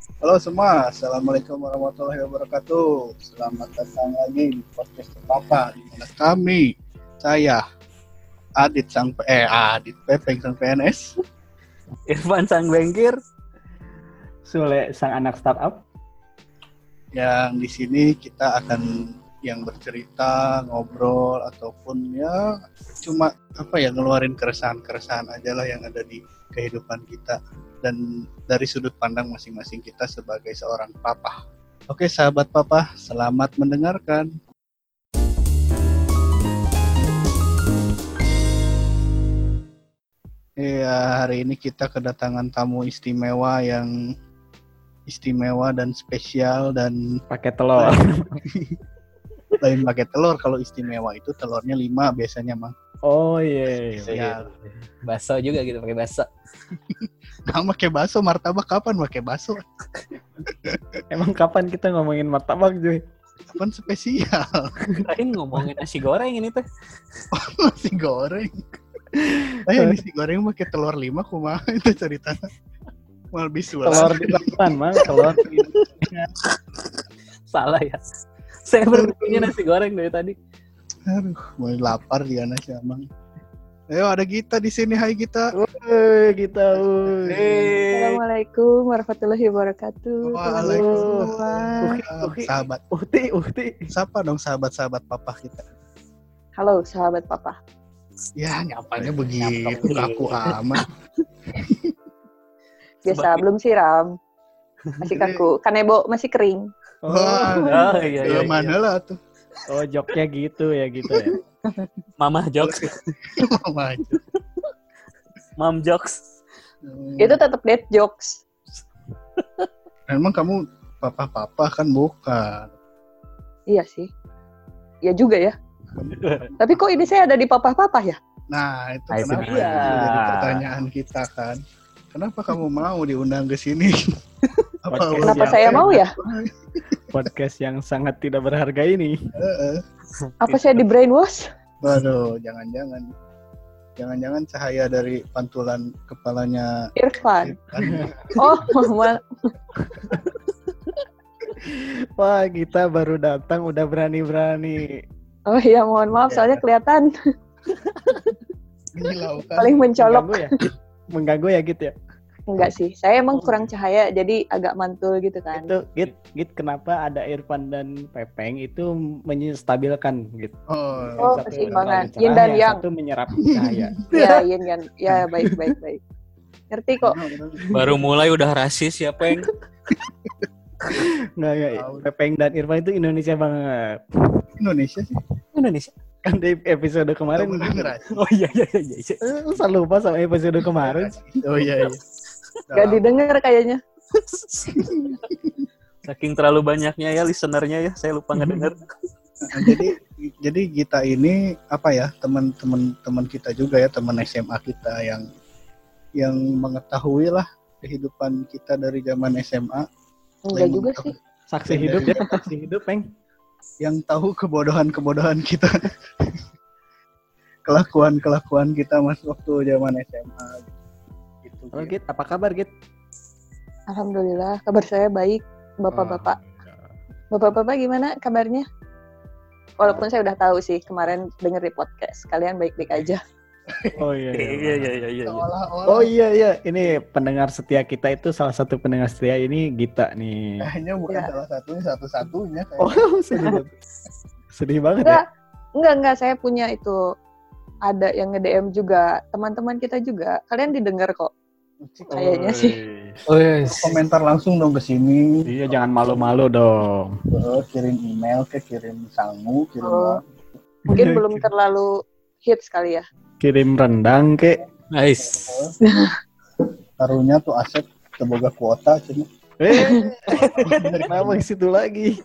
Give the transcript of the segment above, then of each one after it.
Halo semua, Assalamualaikum warahmatullahi wabarakatuh. Selamat datang lagi di podcast Papa. Di mana kami, saya, Adit Pepeng sang PNS, Irfan sang bankir, Sule sang anak startup. yang di sini kita akan yang bercerita, ngobrol ataupun ya cuma ngeluarin keresahan-keresahan aja lah yang ada di kehidupan kita dan dari sudut pandang masing-masing kita sebagai seorang papa. Oke, sahabat papa, selamat mendengarkan. Iya, hari ini kita kedatangan tamu istimewa yang istimewa dan spesial dan Pakai telur. lain pakai telur. Kalau istimewa itu telurnya 5 biasanya, Mang. Oh iya. Spesial. baso juga gitu, pakai baso. Nah, pakai bakso, martabak kapan pakai bakso? Emang kapan kita ngomongin martabak, Cuy? Kapan spesial? Kirain ngomongin nasi goreng ini tuh. Nasi goreng. Nasi goreng pakai telur 5 kumaha itu ceritanya. Mal bisulan. Telur di depan, Mang. Telur di Salah ya. Saya berpikirnya nasi goreng dari tadi. Aduh, mulai lapar dia nasi Amang. Ayo, ada Gita di sini. Hai Gita. Woi, kita. Assalamualaikum warahmatullahi wabarakatuh. Waalaikumsalam. Sahabat. Uhti. Siapa dong sahabat-sahabat papa kita? Halo sahabat papa. Ya, nyapanya begitu kaku amat. Biasa belum siram. Masih kaku. Kanebo masih kering. Wah, iya. mana lah tuh. Oh, joknya gitu ya. Mamah jokes, Mama aja. mom jokes. Itu tetap dead jokes. Emang kamu papa-papa kan bukan? Iya sih. Iya juga ya. Tapi kok ini saya ada di papa-papa ya? Nah, itu Itu kenapa dia. jadi pertanyaan kita kan? Kenapa kamu mau diundang ke sini? Podcast Kenapa yang- saya mau ya? Podcast yang sangat tidak berharga ini. Apa saya di brainwash? Waduh, jangan-jangan cahaya dari pantulan kepalanya Irfan. Irfan. Oh, Wah, kita baru datang udah berani-berani. oh iya mohon maaf soalnya kelihatan Menyilaukan. paling mencolok. Mengganggu ya gitu ya. Enggak sih. Saya emang kurang cahaya jadi agak mantul gitu kan. Itu Git kenapa ada Irfan dan Pepeng itu menstabilkan gitu. Oh, Oh, keseimbangan. terlalu Yin cerah, dan yang yang. satu menyerap cahaya. Iya, yin kan. Ya, baik. Ngerti kok. Baru mulai udah rasis ya, Peng. Nggak, Pepeng dan Irfan itu Indonesia banget. Indonesia sih. Indonesia. Kan di episode kemarin. Oh iya. Lu selalu lupa sama episode kemarin. Oh iya. Gak didengar kayaknya. Saking terlalu banyaknya ya listenernya ya, saya lupa ngedenger. Nah, jadi Gita ini teman kita juga ya, teman SMA kita yang mengetahui lah kehidupan kita dari zaman SMA. Enggak juga sih. Saksi hidup ya, saksi hidup, Peng. Yang tahu kebodohan kita. Kelakuan kita waktu zaman SMA gitu. Halo Git, apa kabar Git? Alhamdulillah, kabar saya baik, bapak-bapak. Bapak-bapak gimana kabarnya? Walaupun saya udah tahu sih kemarin denger di podcast, kalian baik-baik aja. Oh iya. Iya. Seolah-olah Oh iya, ini pendengar setia kita itu salah satu pendengar setia ini Gita nih. kayaknya bukan Ya. salah satunya, satu-satunya kayaknya. Oh, sedih banget ya. Enggak, saya punya itu. Ada yang nge-DM juga, teman-teman kita juga. Kalian didengar kok. Kayaknya sih. Oh iya. Komentar langsung dong ke sini. Iya, jangan malu-malu dong. Kirim email kirim sangu, kirim Oh. Mungkin belum terlalu hits kali ya. Kirim rendang kek. Nice. taruhnya tuh aset semoga kuota cuma. Kenapa ke situ lagi?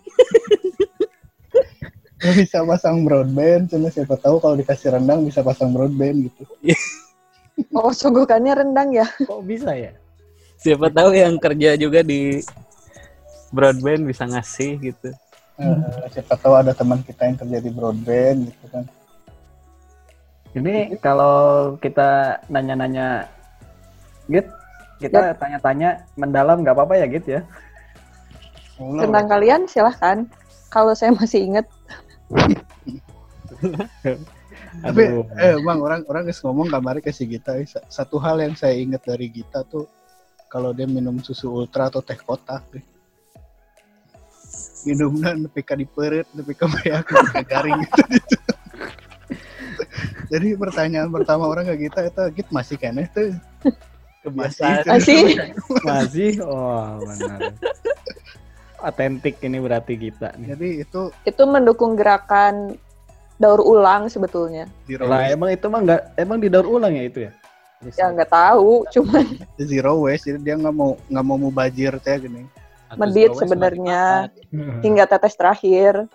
Nggak bisa pasang broadband, cuma siapa tahu kalau dikasih rendang bisa pasang broadband gitu. Oh, sungguhkannya rendang ya. Kok bisa ya? Siapa tahu yang kerja juga di broadband bisa ngasih gitu. Siapa tahu ada teman kita yang kerja di broadband gitu kan. Ini kalau kita nanya-nanya Git, kita tanya-tanya mendalam nggak apa-apa ya Git ya? Tentang kalian silahkan. Kalau saya masih ingat. Tapi Bang, orang geus ngomong kamari ke si Gita. Satu hal yang saya ingat dari Gita tuh kalau dia minum susu ultra atau teh kotak deh. Minumnya nepi ka dipeureut, nepi ka bayak, nepi ka garing gitu. Jadi pertanyaan pertama orang ke Gita itu Git masih keneh tuh. Masih. Oh, benar. Otentik ini berarti kita nih. Jadi itu mendukung gerakan daur ulang sebetulnya. Lah emang itu mah emang didaur ulang ya itu ya? Ya nggak tahu, cuman zero waste, jadi dia nggak mau mubazir teh gini. medit sebenarnya hingga tetes terakhir.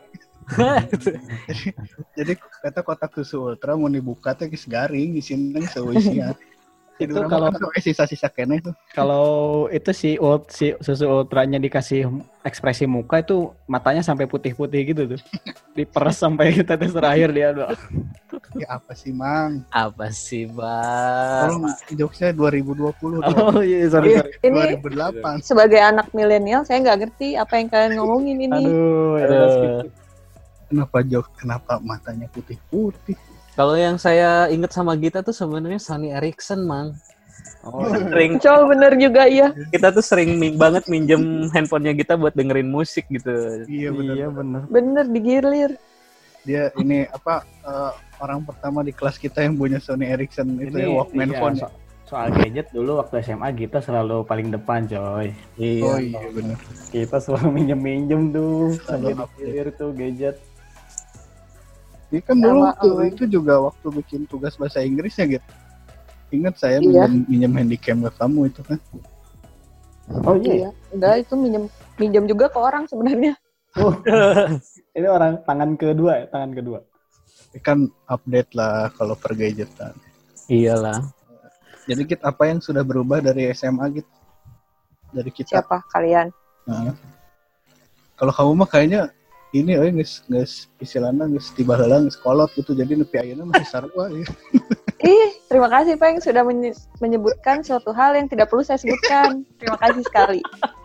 jadi kata kotak susu ultra mau dibuka teh geus garing isinya seuisian. Itu kalau sisa-sisa keneh tuh. Kalau itu si susu ultranya dikasih ekspresi muka itu matanya sampai putih-putih gitu tuh. Diperes sampai tetes terakhir dia doang. Ya apa sih, Mang? Apa sih, Bang? Tolong jokesnya 2020 dong. Oh iya, sorry. Ini 2008. sebagai anak milenial saya nggak ngerti apa yang kalian ngomongin ini. Aduh. Kenapa matanya putih-putih? Kalau yang saya ingat sama Gita tuh sebenarnya Sony Ericsson, Mang. Oh, Sering Col bener juga iya. kita tuh sering banget minjem handphonenya Gita buat dengerin musik gitu. Iya benar. Bener digilir. Dia ini orang pertama di kelas kita yang punya Sony Ericsson itu ya Walkman phone. Soal gadget dulu waktu SMA kita selalu paling depan, coy. Iya. Oh iya benar. Kita selalu minjem tuh sampai dikilir tuh gadget. Iya kan dulu itu juga waktu bikin tugas bahasa Inggrisnya gitu. Ingat saya minjem handycam ke kamu itu kan. Oh iya. Enggak, itu minjem juga ke orang sebenarnya. Oh. Ini orang tangan kedua. Kan update lah kalau per gadgetan. Iyalah. Jadi Git, apa yang sudah berubah dari SMA Git? Dari kita. Siapa kalian? Nah. Kalau kamu mah kayaknya ini geus istilahna geus tiba heula geus kolot gitu. Jadi nepi ayeuna masih sarua ya. Terima kasih Peng sudah menyebutkan suatu hal yang tidak perlu saya sebutkan. Terima kasih sekali.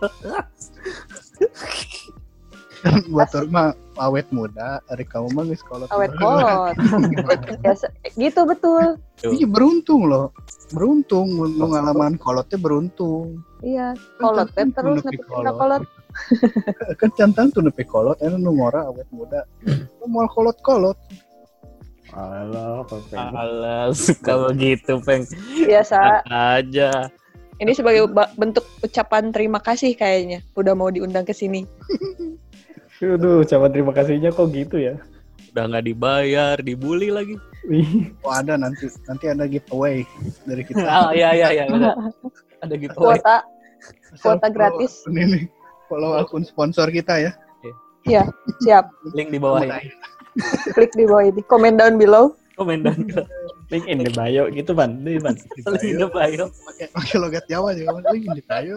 Batur mah awet muda, ari kamu mah geus kolot. Awet kolot. Biasa, gitu betul. Iya beruntung loh. Beruntung ngalaman kolotnya beruntung. Iya, kolot kan terus nepi kolot. Kan cantan tuh nepi kolot, nu ngora awet muda. Moal kolot-kolot. Alah, suka begitu, Peng. Biasa aja. Ini sebagai bentuk ucapan terima kasih kayaknya. Udah mau diundang ke sini. Aduh, ucapan terima kasihnya kok gitu ya? Udah nggak dibayar, dibully lagi. Oh ada nanti ada giveaway dari kita. Iya. Ada giveaway. Kuota gratis. Ini follow akun sponsor kita ya. Iya, siap. Link di bawah ini. Klik di bawah ini. Comment down below. Link in the bio gitu, Ban. Link in the bio. Pakai logat Jawa juga, link in the bio.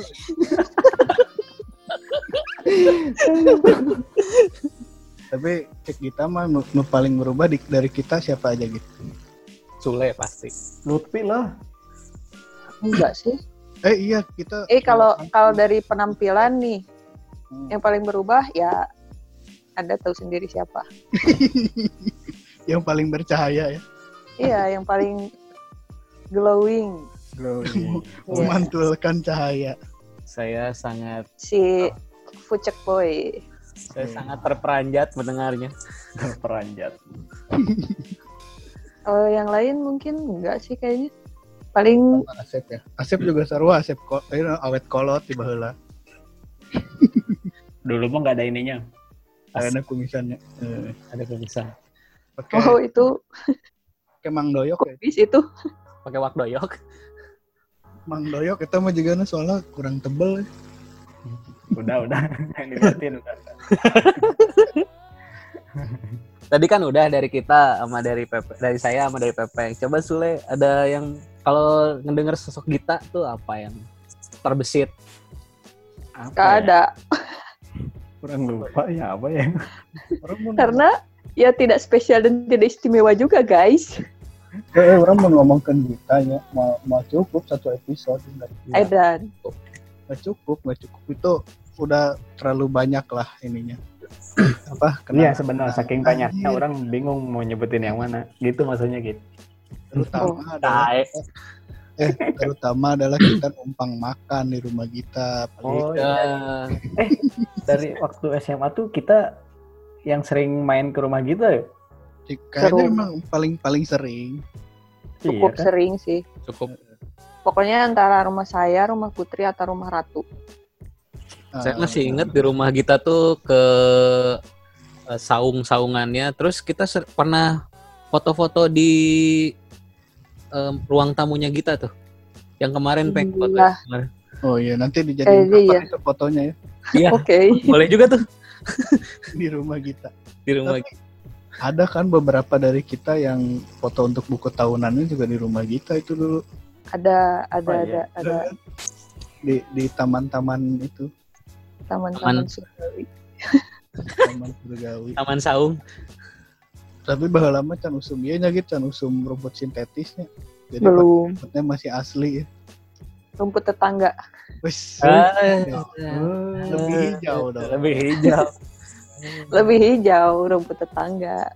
Tapi cek kita mah nu paling berubah dari kita siapa aja gitu. Sule pasti. Lutfi lah. Enggak sih. Iya kita. Kalau dari penampilan nih, yang paling berubah ya Anda tahu sendiri siapa. Yang paling bercahaya ya. Iya, yang paling glowing. Memantulkan cahaya. Saya sangat si Fucek Boy. Saya sangat terperanjat mendengarnya. Terperanjat. Kalau yang lain mungkin enggak sih kayaknya. Paling Asep ya. Asep juga sarua, Asep awet kolot tiba heula. Dulu mah enggak ada ininya. Ada kumisannya. Ada kumisan. Oh itu pakai Mang Doyok ya. Kubis itu. Pakai wak doyok. Mang Doyok kita mah juga soalnya kurang tebel. Udah. Yang dilihatin udah. Tadi kan udah dari kita sama dari Pepe, dari saya sama dari Pepe. Coba Sule ada yang kalau ngedenger sosok Gita tuh apa yang terbesit? Gak ada. Kurang lupa ya apa ya. Karena ya tidak spesial dan tidak istimewa juga guys. Orang mau ngomongkan Gita ya, mau cukup satu episode. Aidan. Nggak cukup itu udah terlalu banyak lah ininya. Apa? Iya kenangan- sebenarnya saking Anjir. banyaknya orang bingung mau nyebutin yang mana. Gitu maksudnya gitu. Terutama adalah Tai. terutama adalah kita numpang makan di rumah kita. Oh Ya. iya. Dari waktu SMA tuh kita yang sering main ke rumah kita ya? Kayaknya Seru. emang paling sering. Cukup Iya kan? sering sih. Cukup. Pokoknya antara rumah saya, rumah Putri, atau rumah Ratu. Saya masih ingat di rumah kita tuh ke saung-saungannya. Terus kita pernah foto-foto di ruang tamunya kita tuh. Yang kemarin Peng foto Iya. kemarin. Oh iya, nanti dijadiin Iya. cover itu fotonya ya Iya, Oke. boleh juga tuh di rumah kita. di rumah. Ada kan beberapa dari kita yang foto untuk buku tahunannya juga di rumah kita itu dulu Ada Oh, iya. di taman-taman itu, taman-taman Taman. surgawi. taman surgawi. Taman Saung. Tapi baheula lama can usum ieu nya gitu, can usum rumput sintetisnya. Jadi Belum. rumputnya masih asli ya. Rumput tetangga. Wes, Ah, lebih hijau dong. Lebih hijau. Lebih hijau rumput tetangga.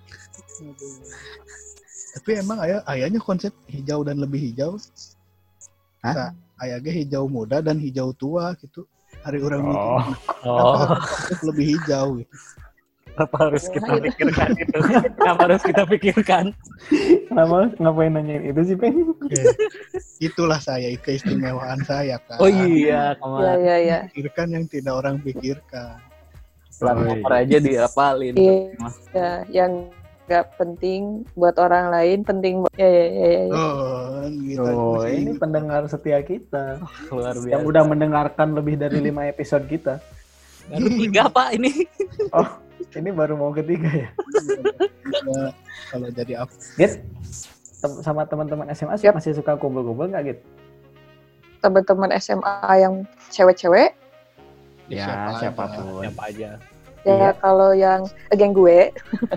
Tapi emang ayahnya konsep hijau dan lebih hijau. Hah? Nah, ayahnya hijau muda dan hijau tua gitu. Hari orang Oh. Oh, konsep lebih hijau gitu. apa harus kita pikirkan itu? Kenapa harus kita pikirkan? Kenapa ngapain nanyain itu sih, Peng? Itulah saya, keistimewaan saya kan. Oh iya, Ya, kemarin ya, ya. Pikirkan yang tidak orang pikirkan. plat motor aja diapalin. Ya, yang nggak penting buat orang lain penting buat ya. Oh, gitu. Oh, Masih ini ingat. pendengar setia kita Luar biasa. yang udah mendengarkan lebih dari 5 episode kita. Baru 3 Pak ini. Oh, ini baru mau ketiga ya? Ya, kalau jadi apa? Git, sama teman-teman SMA Yap. masih suka kumpul-kumpul nggak, Git? Teman-teman SMA yang cewek-cewek, Ya, Siapa siapapun. Siapa aja. ya Iya. kalau yang geng gue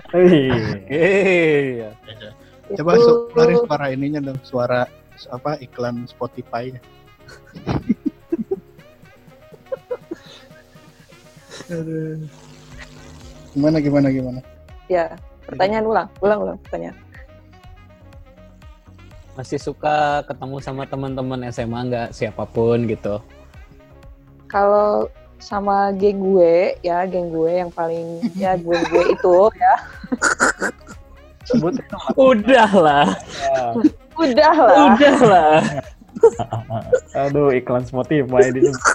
Iya. Coba itu keluarin suara ininya dong, suara apa iklan Spotify. Aduh. Gimana? ya pertanyaan ulang pertanyaan. Masih suka ketemu sama teman-teman SMA nggak? Siapapun gitu. Kalau sama geng gue yang paling ya gue itu ya Sebut itu. Udahlah. udahlah. Aduh, iklan Spotify di sini.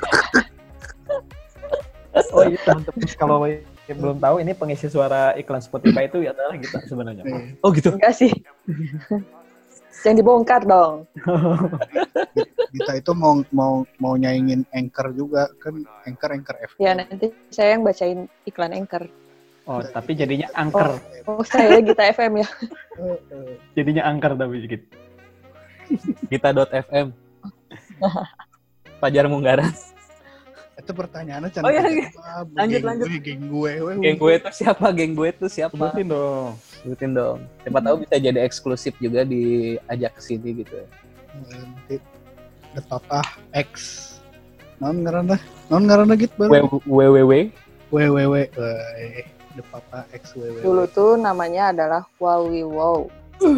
Oh iya, teman-teman, kalau yang belum tahu, ini pengisi suara iklan Spotify itu adalah kita sebenarnya. Oh gitu. Enggak sih. Yang dibongkar dong. Kita itu mau nyaingin Anchor juga kan, Anchor FM. Ya nanti saya yang bacain iklan Anchor. Oh, tapi jadinya angker. Oh saya Gita FM ya. Jadinya angker tapi sedikit. Kita.fm. Fajar Munggaran. Itu pertanyaannya Oh, iya, iya. Lanjut. Geng gue. Geng gue tuh siapa? Sebutin dong. Sebutin dong. Siapa tahu bisa jadi eksklusif juga diajak ke sini gitu. Nanti The Papa X. Non ngaranna gitu baru. www. WWW. The Papa X WWW. Dulu tuh namanya adalah Wawi Wow.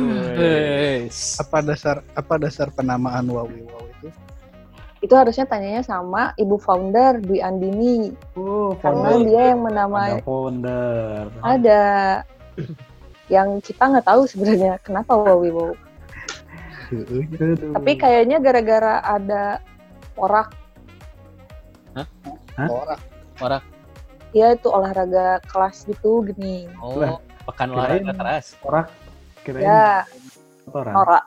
Apa dasar penamaan Wawi Wow itu? Itu harusnya tanyanya sama ibu founder Dwi Andini Oh, karena founder. dia yang Ada menamai founder. ada yang kita nggak tahu sebenarnya kenapa Wawi Wow. Aduh. Tapi kayaknya gara-gara ada Porak. Hah? Orang. Ya itu olahraga kelas gitu gini. Oh, Lah, pekan kirain- olahraga keras. Porak kirain Ya orang. Nora.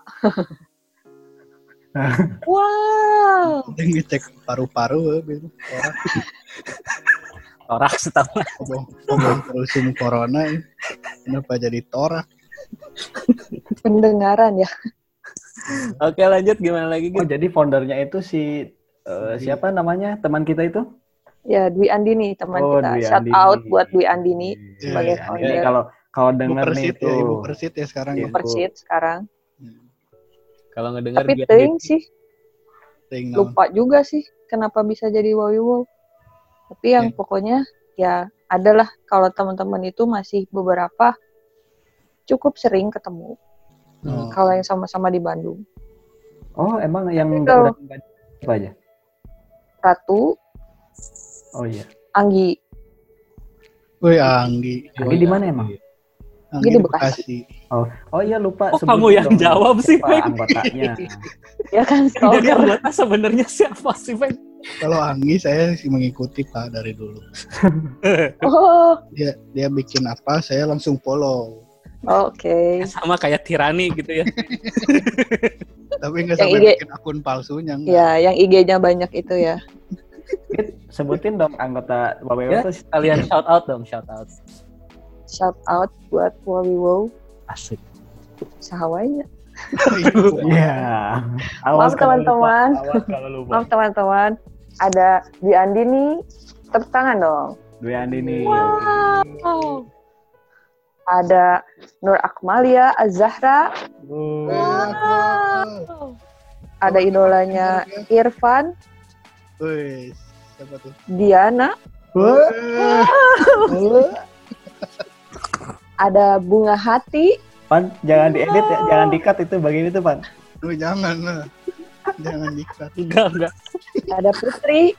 Wow. Yang ngecek paru-paru gitu. Orang Torak setahu. ngomong musim corona ya. Kenapa jadi torak? Pendengaran ya. Oke, lanjut gimana lagi? Oh, Git? jadi foundernya itu si siapa namanya? Teman kita itu? Ya Dwi Andini teman Oh, kita. Dwi Shout Andini. out buat Dwi Andini sebagai Iya, founder. Jadi kalau Ibu denger nih Persit itu ya, Ibu Persit ya sekarang ya. Persit sekarang. Kalau ngedengar Tapi biar ting sih Ting naon. lupa juga sih kenapa bisa jadi Wawi Wow. Tapi yang pokoknya ya adalah kalau teman-teman itu masih beberapa cukup sering ketemu. Kalau yang sama-sama di Bandung. Oh, emang yang Kalau- udah tinggal apa aja? Ratu, Oh iya. Anggi. Woi Anggi. Anggi di mana emang? Anggi di di Bekasi. Bekasi. Oh iya lupa. Kok sebutin kamu yang dong jawab sih, siapa Peng? anggotanya. Ya kan, Jadi stalker. anggota sebenarnya siapa sih, Peng? Kalau Anggi saya sih mengikuti Pak dari dulu. Oh, Dia bikin apa, saya langsung follow. oke. Sama kayak tirani gitu ya. Tapi nggak Yang sampai IG. bikin akun palsunya enggak. Ya, yang IG-nya banyak itu ya. Git, sebutin dong anggota WWW Ya, itu. kalian shout out dong, shout out. Shout out buat Wawiwo Asik. sahawanya. Iya. Maaf teman-teman. Awas kalau lupa. Maaf teman-teman. Ada Dwi Andi nih. Tepuk tangan dong. Dwi Andi nih. Wow. Ada Nur Akmalia Azahra. Ada idolanya Irfan, Wih, siapa tuh? Diana. Ada Bunga Hati. Pan, jangan diedit ya, jangan di-cut itu bagian itu, Pan. Wih, jangan lah. Jangan dikat. Enggak. Ada Putri.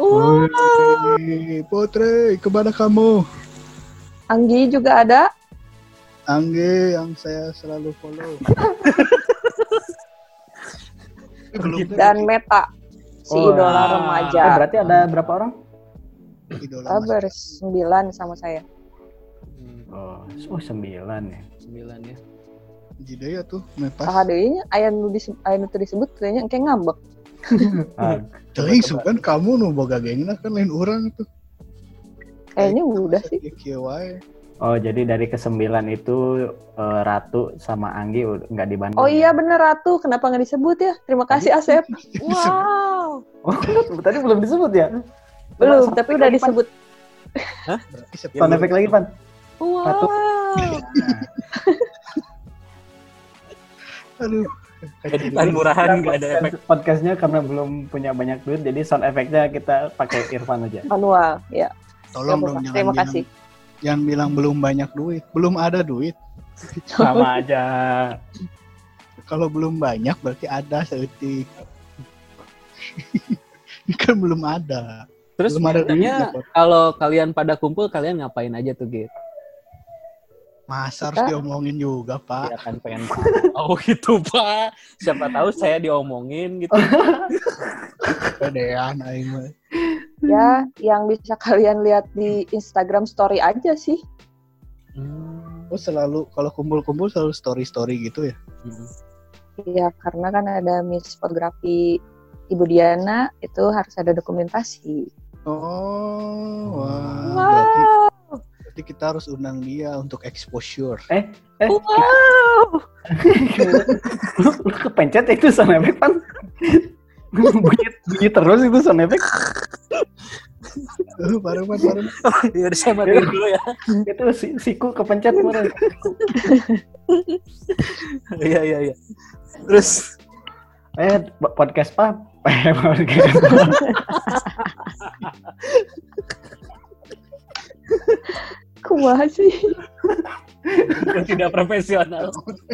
Wih, Putri, kemana kamu? Anggi juga ada. Anggi yang saya selalu follow. Belum Dan Meta, si Oh, idola ah. remaja. Berarti ada berapa orang? idola Mas. Bersembilan sama saya. Oh, 9 ya. 9 ya. Jidaya tuh, mepas. Deui nya aya nu disebut kayaknya engke ngambek. Ah, Teuing sugan kamu nu boga gengna kan lain orang tuh. Kayaknya udah sih. Kieu wae. Oh, jadi dari ke-9 itu Ratu sama Anggi nggak di Bandung. Oh iya ya? bener Ratu, kenapa nggak disebut ya? Terima kasih Asep. Wow. Oh, tadi belum disebut ya? Belum, Sound tapi effect udah lagi, Pan. disebut. Berarti Sound effect lagi, Pan. Ratu. Wow. Aduh. Editan murahan nggak ada efek. Podcastnya karena belum punya banyak duit, jadi sound effect-nya kita pakai Irfan aja. Manual, ya. Tolong Nggak dong apa-apa. jangan Terima bilang, kasih. jangan bilang belum banyak duit. Belum ada duit. Sama aja. Kalau belum banyak berarti ada seetik. Kan belum ada. Terus Belum ada biasanya duit, kalau kalian pada kumpul kalian ngapain aja tuh, Git? Masa harus diomongin juga, Pak. Ya kan pengen tahu gitu, Pak. Siapa tahu saya diomongin gitu. Pedean aing mah. Ya, yang bisa kalian lihat di Instagram story aja sih. Oh, selalu kalau kumpul-kumpul selalu story-story gitu ya. Ya, karena kan ada Miss Fotografi Ibu Diana, itu harus ada dokumentasi. Oh, wah. Wow. Berarti kita harus undang dia untuk exposure. Wow. Lu kepencet itu sound effect, Pan. bunyi terus itu sound effect. Baru. Ya udah saya matiin dulu ya. Itu siku kepencet kemarin. Iya. Terus Podcast Pak. Podcast. Kumaha sih? tidak profesional.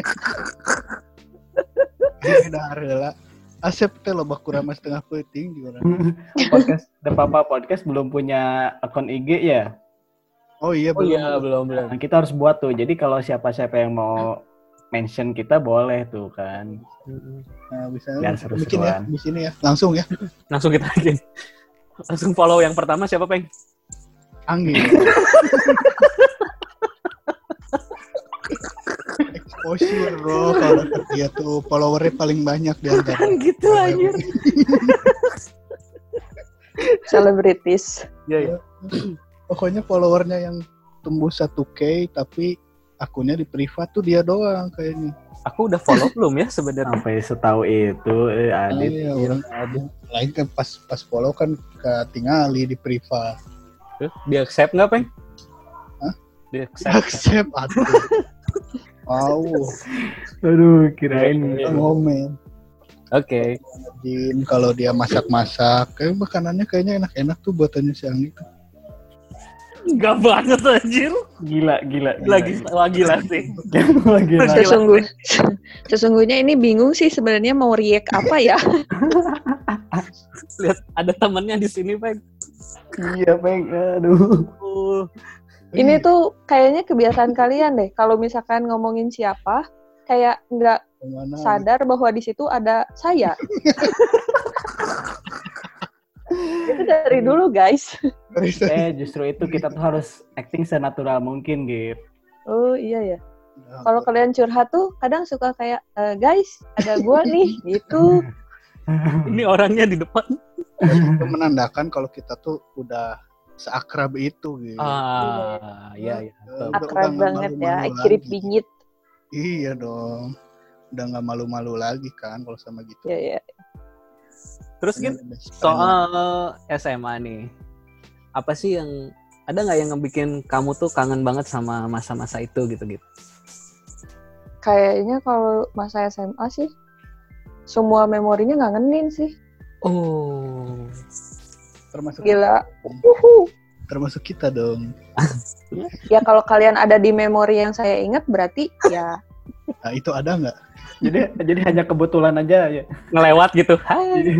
Udah rela. Asep teh loba kurang mas tengah peuting di orang. Podcast The Papa Podcast belum punya akun IG ya. Oh iya Oh belum. iya, belum. Nah, kita harus buat tuh. Jadi kalau siapa-siapa yang mau mention kita boleh tuh kan. Nah, bisa Dan bikin ya seru-seruan. di sini ya. Langsung ya. Langsung kita bikin. Langsung follow yang pertama siapa, Peng? Anggi. Exposure bro, kalau dia tuh followernya paling banyak di antara. Kan gitu aja. Selebritis. Iya. Pokoknya followernya yang tembus 1K tapi akunnya di privat tuh dia doang kayaknya. Aku udah follow belum ya sebenarnya? Sampai setahu itu Adit. Iya, orang ada. Lain kan pas follow kan ketinggali di privat. Dia accept nggak, Peng? Hah? Dia accept. Accept aduh. Wow, Aduh, kirain ngomen. Oke. Jin kalau dia masak-masak, kayak makanannya kayaknya enak-enak tuh buatannya si Anggi tuh. Enggak banget anjir. Gila. Lagi sih. Sesungguhnya ini bingung sih sebenarnya mau react apa ya. Lihat ada temannya di sini, Peng. Iya, Peng. Aduh. Ini tuh kayaknya kebiasaan kalian deh. Kalau misalkan ngomongin siapa, kayak nggak Kemana sadar bahwa di situ ada saya. Itu dari dulu, guys. gitu. Justru itu kita tuh harus acting senatural mungkin, Gip. Oh iya ya. Kalau kalian curhat tuh kadang suka kayak, guys, ada gua nih, gitu. Ini orangnya di depan. Itu menandakan kalau kita tuh udah seakrab itu gitu. Iya. Akrab banget ya, kirip bingit. Iya dong. Udah nggak malu-malu lagi kan kalau sama gitu. Iya. Terus gitu soal SMA nih. Apa sih yang ada nggak yang ngebikin kamu tuh kangen banget sama masa-masa itu gitu? Kayaknya kalau masa SMA sih, semua memorinya ngangenin sih. Oh. Termasuk Gila. termasuk kita dong. Ya kalau kalian ada di memori yang saya ingat berarti ya. Nah itu ada nggak? Jadi hanya kebetulan aja ya. Ngelewat gitu. Hai.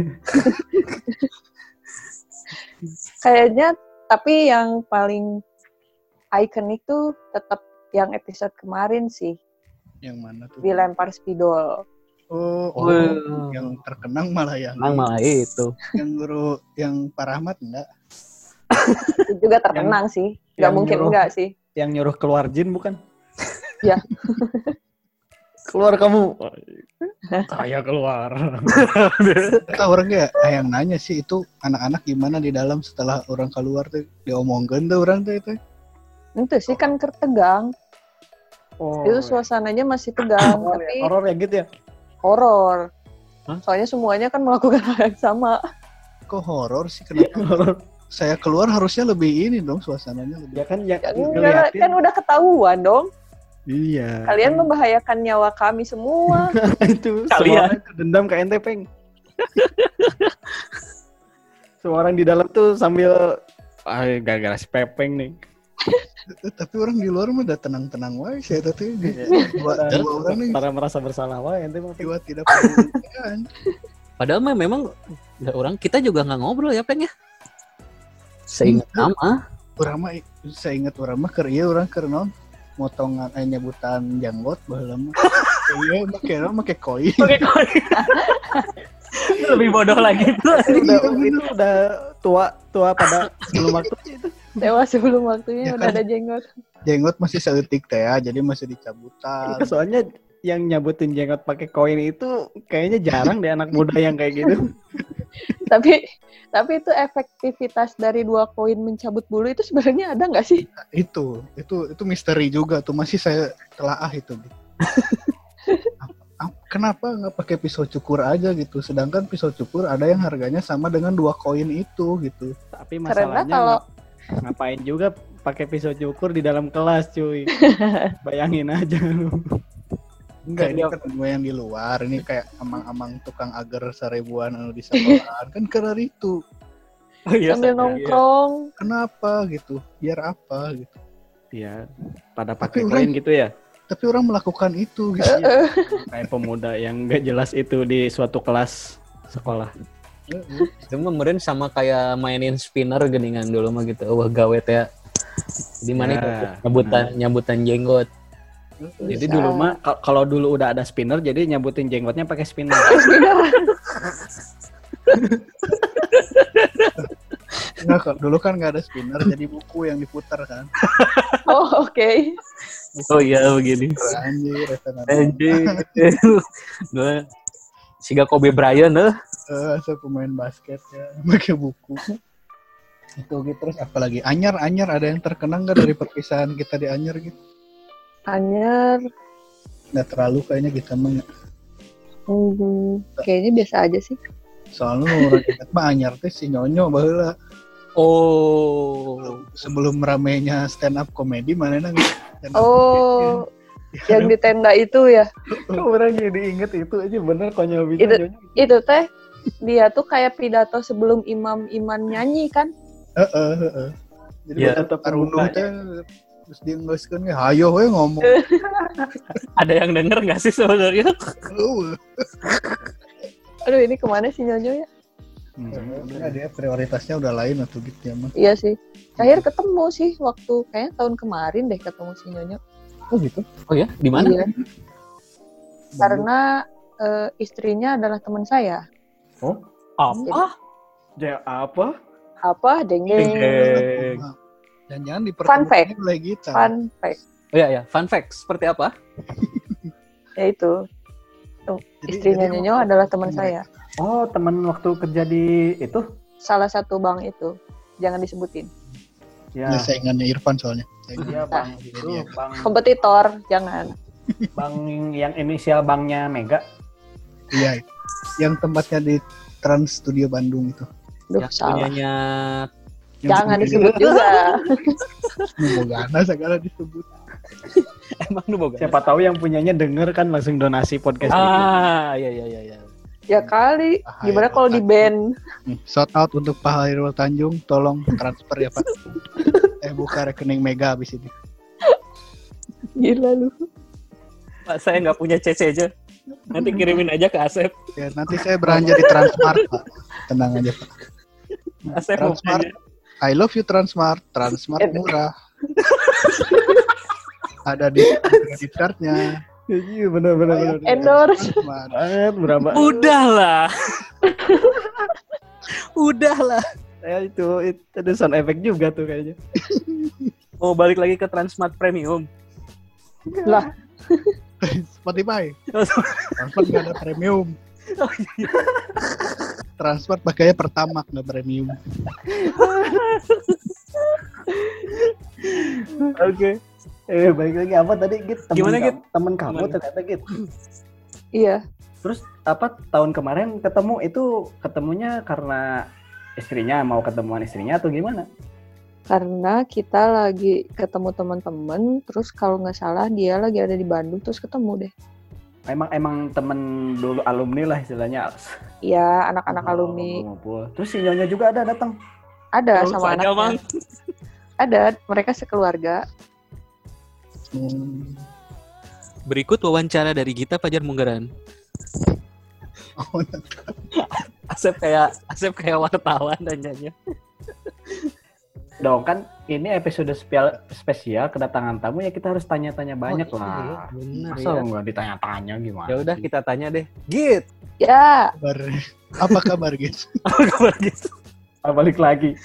Kayaknya tapi yang paling ikonik tuh tetap yang episode kemarin sih. Yang mana tuh? Dilempar spidol. Oh, Wow. yang terkenang malah yang Emang malah itu. yang guru yang Pak Rahmat enggak? Itu juga terkenang sih. Gak yang mungkin nyuruh- enggak sih. Yang nyuruh keluar jin bukan? Ya. Keluar kamu. Saya keluar. Kita orangnya yang nanya sih itu anak-anak gimana di dalam setelah orang keluar tuh diomongin tuh orang tuh itu. Itu sih kan tegang. Oh, Itu suasananya masih tegang. horor Tapi ya? Horor ya gitu ya? horor. Hah? Soalnya semuanya kan melakukan hal yang sama. Kok horor sih kenapa? Horor. Saya keluar harusnya lebih ini dong suasananya lebih. Ya kan yang Ya, enggak, ngeliatin. kan udah ketahuan dong. Iya. Kalian membahayakan nyawa kami semua. Itu Kalian. semua orang dendam ke ente, Peng. Semua orang di dalam tuh sambil gara-gara si Pepeng nih. Tapi orang di luar mah udah tenang-tenang wae saya tadi. Dua orang nih Para merasa bersalah wae ente mah. jiwa tidak pendidikan. Padahal memang kita juga nggak ngobrol ya, Peng ya. Seingat nama. Orang mah saya ingat orang mah keur ieu urang keur naon motongan nyebutan janggot baheula mah. Iya make koi. Oke, lebih bodoh lagi tuh. Itu udah tua pada sebelum waktu itu. Dewa sebelum waktunya Ya udah kan? ada jenggot. Jenggot masih seutik teh ya, jadi masih dicabutan. Soalnya yang nyabutin jenggot pakai koin itu kayaknya jarang deh anak muda yang kayak gitu. Tapi itu efektivitas dari 2 koin mencabut bulu itu sebenarnya ada nggak sih? Itu misteri juga tuh masih saya telaah itu. Kenapa nggak pakai pisau cukur aja gitu? Sedangkan pisau cukur ada yang harganya sama dengan 2 koin itu gitu. Tapi Karena masalahnya kalau ngapain juga pakai pisau cukur di dalam kelas, cuy. Bayangin aja lu. Enggak, ini kan gue yang di luar. Ini kayak amang-amang tukang agar seribuan anu di sekolahan. Kan karena itu. Oh, iya, sambil nongkrong, Kenapa gitu? Biar apa gitu. Iya, pada pakai Tapi koin gitu ya. Tapi orang melakukan itu gitu. Kayak pemuda yang gak jelas itu di suatu kelas sekolah. Itu mah meureun sama kayak mainin spinner geningan dulu mah gitu. Wah gawe teh. Di mana Ya, nyabutan jenggot. Jadi dulu mah kalau dulu udah ada spinner, jadi nyabutin jenggotnya pakai spinner. Enggak kok, dulu kan nggak ada spinner, jadi buku yang diputar kan. Oh, oke. Oh iya begini. Anjir, Gue siga Kobe Bryant saya pemain basket ya, pakai buku. Itu gitu terus apalagi Anyar ada yang terkenang nggak dari perpisahan kita di Anyar gitu? Anyar, Nggak terlalu kayaknya kita mah. kayaknya biasa aja sih. Soalnya orang ingat mah Anyar teh si Nyonyo baheula. Oh. Sebelum ramenya stand up komedi mana nang stand up Oh, Yang di tenda itu ya. Orang jadi inget itu aja bener konyol bisa. Itu- Itu teh dia tuh kayak pidato sebelum imam nyanyi kan. Heeh. Jadi Iya. tetap arunung teh terus dienggeuskeun ge hayo we ngomong. Ada yang denger nggak sih sebenarnya? Eueuh. Aduh ini kemana sih Nyonyo ya? Udah dia prioritasnya udah lain atau gitu ya mah. Iya sih. Terakhir ketemu sih waktu kayaknya tahun kemarin deh ketemu si Nyonyo. Oh gitu. Oh ya, di mana? Iya. Karena istrinya adalah teman saya. Apa? Ya apa? Apa? Deng-deng. Deng. Jangan-jangan di Fun fact. pertemuan mulai gitu. Fun fact. Oh ya, fun fact seperti apa? Ya itu. Istrinya Nyonyo adalah teman saya. Oh, teman waktu kerja di itu? Salah satu bank itu. Jangan disebutin. Ya. Ya saingannya Irfan soalnya. Iya, Bang. Itu Iya. Bang Kompetitor, jangan. yang inisial banknya Mega. Iya. Yang tempatnya di Trans Studio Bandung itu. Duh, Yang salah. punyanya Jangan disebut juga. Mogana segala disebut. emang lu boga. Siapa tahu yang punyanya denger kan langsung donasi podcast ini. Iya. Ya kali. Gimana kalau di band? Shout out untuk Pak Hairul Tanjung, tolong transfer ya Pak. Buka rekening Mega abis ini. Gila lu. Pak, saya nggak punya CC aja. Nanti kirimin aja ke Asep. Ya nanti saya belanja di Transmart Pak. Tenang aja Pak. Asep mau Transmart. belanja. I love you Transmart. Transmart murah. Ada di credit card-nya. Iya, benar. Endorse. Transmart. Banget, berapa? Udahlah. Udahlah. Ya, itu ada sound effect juga tuh kayaknya. Mau balik lagi ke Transmart Premium. Lah, Spotify. Transmart nggak ada premium. Transmart pakainya pertama nggak premium. Oke. Balik lagi apa tadi Git? Gimana, Git? Temen kamu Gimana? ternyata Git. iya. Terus apa tahun kemarin ketemu itu ketemunya karena istrinya mau ketemuan istrinya atau gimana? Karena kita lagi ketemu teman-teman, terus kalau nggak salah dia lagi ada di Bandung, terus ketemu deh. Emang temen dulu alumni lah istilahnya. Iya, anak-anak alumni. Ngumpul. Terus si Nyonya juga ada datang. Ada Terus sama aja, anaknya. Mang. Ada, mereka sekeluarga. Berikut wawancara dari Gita Fajar Munggaran. Oh, Asep kayak wartawan nanyanya. Dong kan ini episode spesial kedatangan tamu ya kita harus tanya-tanya banyak lah. Benar Masa ya. nggak ditanya-tanya gimana? Ya udah sih? kita tanya deh. Git. Ya, kabar. Apa kabar guys? Apa kabar Git? Balik lagi.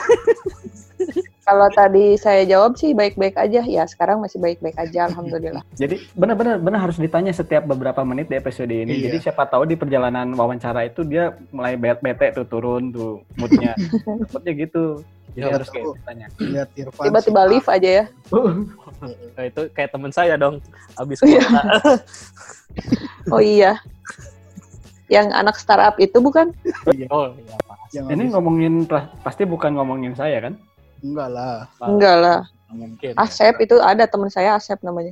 kalau tadi saya jawab sih baik-baik aja. Ya, sekarang masih baik-baik aja, alhamdulillah. Jadi benar harus ditanya setiap beberapa menit di episode ini. Iya. Jadi siapa tahu di perjalanan wawancara itu dia mulai bete tuh turun tuh moodnya. Moodnya gitu. Jadi Ya, harus oke. kayak ditanya. Lihat Irfan. Tiba-tiba si live aja ya. Nah, itu kayak teman saya dong. Abis Iya. kuota. Oh iya. Yang anak startup itu bukan? Oh iya Pak. yang Ini habis- ngomongin pasti bukan ngomongin saya kan? enggak lah. Enggak lah. Mungkin. Asep itu ada teman saya Asep namanya.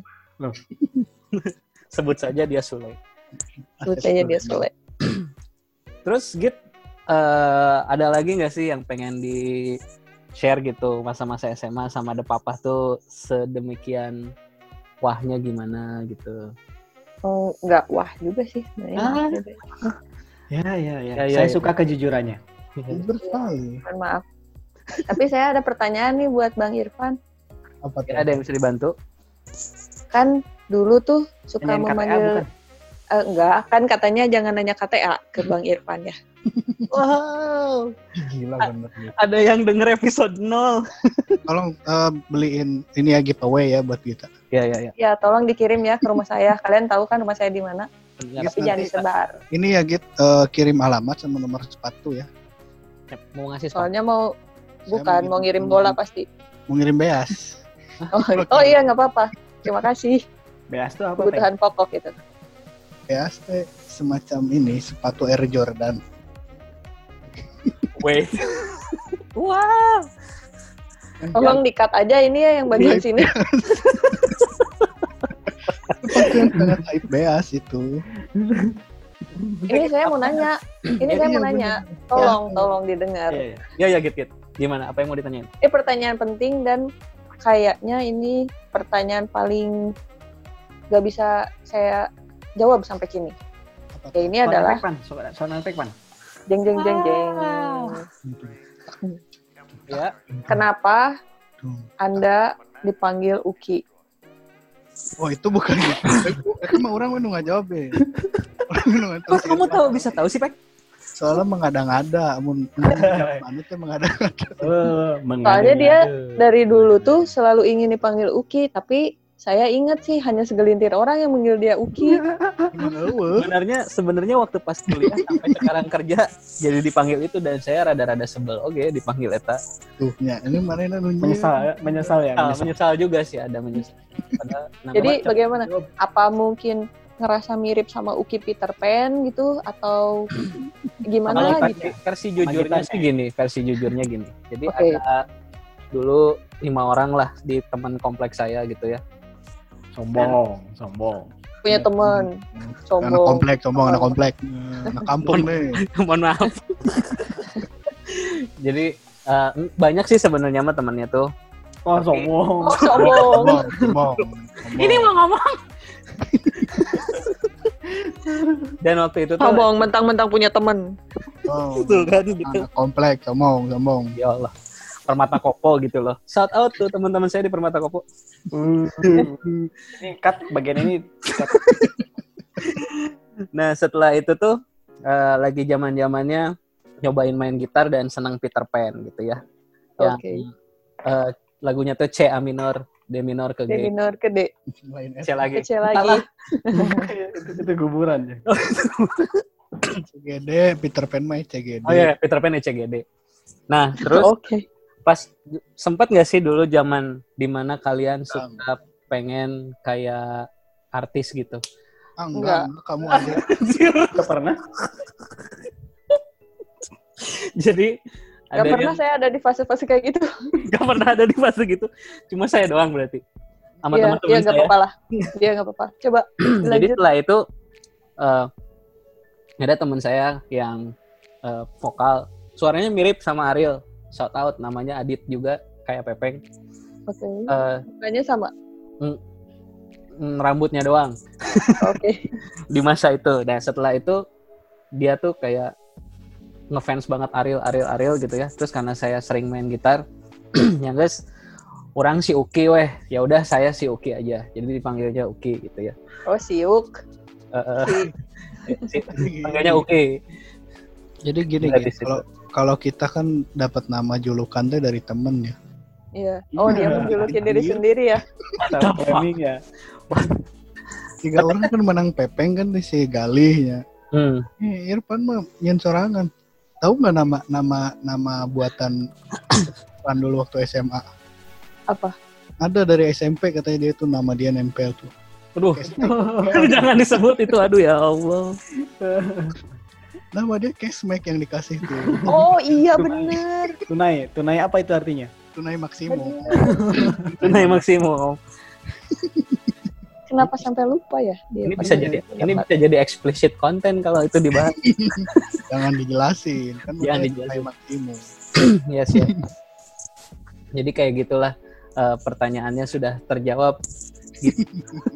Sebut saja dia Sule. Sebut saja dia Sule. Terus Git, ada lagi nggak sih yang pengen di share gitu masa-masa SMA sama The Papa tuh sedemikian wahnya gimana gitu? Oh, enggak wah juga sih sebenarnya. Ya. Ya, Saya ya. suka kejujurannya. Jujur sekali. Mohon maaf. Tapi saya ada pertanyaan nih buat Bang Irfan. Apa tuh? Ada yang bisa dibantu? Kan dulu tuh suka Nanyain KTA memanggil bukan? enggak, kan katanya jangan nanya KTA ke Bang Irfan ya. Wow, Gila bener nih. ada yang denger episode 0. Tolong beliin ini ya giveaway ya buat kita. Ya. Ya, tolong dikirim ya ke rumah saya. Kalian tahu kan rumah saya di mana? Benar. Tapi jangan disebar. Ini ya Git, kirim alamat sama nomor sepatu ya. Mau ngasih sponsor. Soalnya mau Saya bukan mau ngirim bola pasti. Mau ngirim beas. Oh iya nggak apa-apa. Terima kasih. Beas tuh apa? Teh? Kebutuhan pokok itu. Beas teh semacam ini sepatu Air Jordan. Wait. Wow. Tolong di-cut aja ini ya yang bagian sini. yang sangat aib beas itu. Ini saya mau nanya. Tolong didengar. Iya, Git. Gimana? Apa yang mau ditanyain? Ini pertanyaan penting dan kayaknya ini pertanyaan paling gak bisa saya jawab sampai kini. Ya ini adalah soal efek, Pan. jeng. Ya. Kenapa Anda dipanggil Uki? Oh itu bukan gitu. Itu mah orang nggak jawab ya. Kok kamu bisa tahu sih, Pak? Soalnya mengada-ngada, manutnya mengada-ngada. Soalnya dia dari dulu tuh selalu ingin dipanggil Uki, tapi saya ingat sih hanya segelintir orang yang manggil dia Uki. Sebenarnya waktu pas kuliah sampai sekarang kerja jadi dipanggil itu dan saya rada-rada sebel. Oke, dipanggil eta. Tuhnya, ini mana nunjuk? Menyesal ya. Menyesal juga sih, ada menyesal. Jadi bagaimana? Apa mungkin ngerasa mirip sama Uki Peter Pan gitu atau gimana gitu? Versi jujurnya gini. Jadi ada dulu 5 orang lah di teman kompleks saya gitu ya. Sombong. Punya teman sombong. Anak komplek. Anak kampung nih. Mohon maaf. Jadi banyak sih sebenarnya mah temannya tuh. Oh, sombong. Ini mau ngomong. Dan waktu itu tuh sombong mentang-mentang punya teman. Betul kan gitu. Anak komplek, sombong. Ya Allah. Permata Kopo gitu loh. Shout out tuh teman-teman saya di Permata Kopo. Ini cut bagian ini. Nah, setelah itu tuh lagi zaman-zamannya nyobain main gitar dan senang Peter Pan gitu ya. Yang lagunya tuh C A minor, D minor ke G. D minor ke D. C lagi. Itu kuburan ya. CGD, Peter Pan mah CGD. Oh iya, Peter Pan CGD. Nah, terus pas sempat nggak sih dulu zaman dimana kalian suka pengen kayak artis gitu? Enggak, kamu aja. Enggak pernah. Jadi Gak pernah saya ada di fase-fase kayak gitu. Gak pernah ada di fase gitu. Cuma saya doang berarti. Sama teman-teman saya. Iya gak apa-apa lah. Dia gak apa-apa. Coba jadi setelah itu ada teman saya yang vokal. Suaranya mirip sama Ariel. Shout out, namanya Adit juga. Kayak Pepeng. Oke. Mukanya sama? Rambutnya doang. Oke. Di masa itu. Dan setelah itu dia tuh kayak ngefans banget Ariel gitu ya. Terus karena saya sering main gitar, ya guys, orang si Uki weh. Ya udah saya si Uki aja. Jadi dipanggilnya Uki gitu ya. Oh, si Uk. Panggilnya Uki. Jadi gini kalau kita kan dapat nama julukan tuh dari temen ya. Iya. Oh, dia menjuluki diri sendiri ya. Framing ya. 3 orang kan menang Pepeng kan si Galih ya. Irfan mah nyen sorangan. Tahu nggak nama buatan Irfan dulu waktu SMA? Apa? Ada dari SMP katanya dia tuh nama dia nempel tuh. Aduh, jangan disebut itu, aduh ya Allah. Nama dia Kesmek yang dikasih tuh. Oh iya bener. Tunai apa itu artinya? Tunai maksimum. Tunai maksimum. Kenapa sampai lupa ya? Ini bisa jadi explicit content kalau itu dibahas. Jangan dijelasin kan. Jangan dijelasin. Maksimum. Yes ya. Jadi kayak gitulah, pertanyaannya sudah terjawab. Gitu.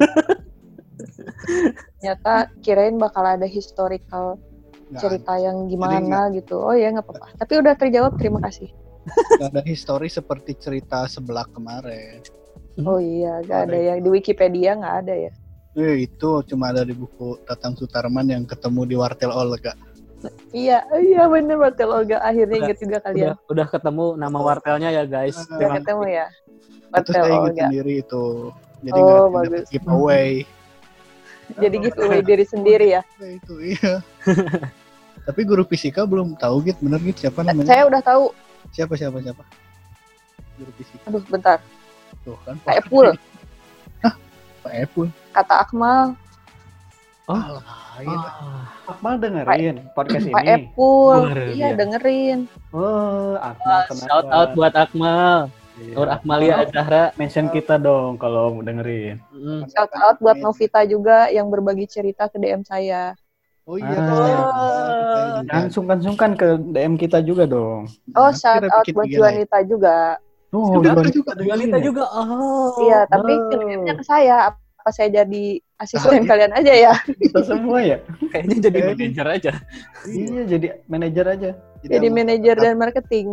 Ternyata kirain bakal ada historical cerita yang gimana gitu. Oh ya nggak apa-apa. Tapi udah terjawab, terima kasih. Gak ada histori seperti cerita sebelah kemarin. Oh iya, gak ada yang di Wikipedia, nggak ada ya. Itu cuma ada di buku Tatang Sutarman yang ketemu di Wartel Olga. Iya bener, Wartel Olga. Akhirnya inget juga kalian. Udah ketemu nama wartelnya ya guys. Udah ketemu ya. Itu saya ingat sendiri itu. Jadi bagus. Giveaway. Jadi giveaway diri sendiri ya. Itu iya. Tapi guru fisika belum tahu gitu, bener gitu siapa namanya? Saya udah tahu. Siapa? Guru fisika. Aduh, bentar. Tuh kan. Pak Epul. Hah? Pak Epul. Kata Akmal. Oh. Akmal dengerin podcast ini. Pak Epul. Iya, dengerin. Oh, Akmal. Shout out buat Akmal. Nur Akmalia Zahra. Mention kita dong kalau mau dengerin. Shout out buat Novita juga yang berbagi cerita ke DM saya. Oh iya. Jangan sungkan-sungkan ke DM kita juga dong. Oh, Nanti shout out bikin buat IG Juanita juga. Oh, Juanita juga. Oh. Iya, tapi DM-nya ke saya. Apa saya jadi asisten kalian aja ya? Kita semua ya. Kayaknya jadi manajer aja. Iya, jadi manajer aja. Jadi manajer dan marketing.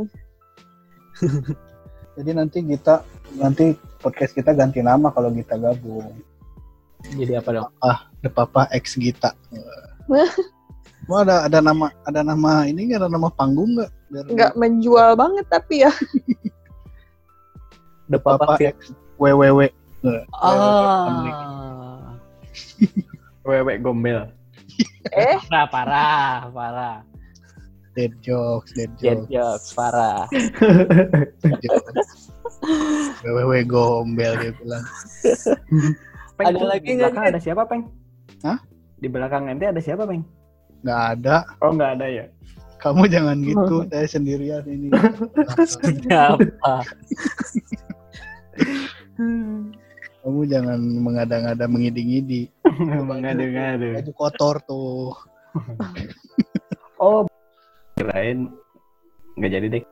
Jadi nanti podcast kita ganti nama kalau kita gabung. Jadi apa dong? The Papa X Gita. Mau ada nama ini nggak, ada nama panggung nggak? Nggak menjual banget tapi ya. The Papa X WWW. Wewe gombel. Parah. Dead jokes. Parah. WWW gombel dia bilang. Peng, Ada lagi di nggak, belakang Git? ada siapa, Peng? Hah? Di belakang ente ada siapa, Peng? Nggak ada. Oh, nggak ada ya. Kamu jangan gitu. Saya sendirian ini. Siapa? Kamu jangan mengada-ngada mengidi-ngidi. Mengadu-ngadu. Baju kotor tuh. Oh, kirain nggak jadi deh.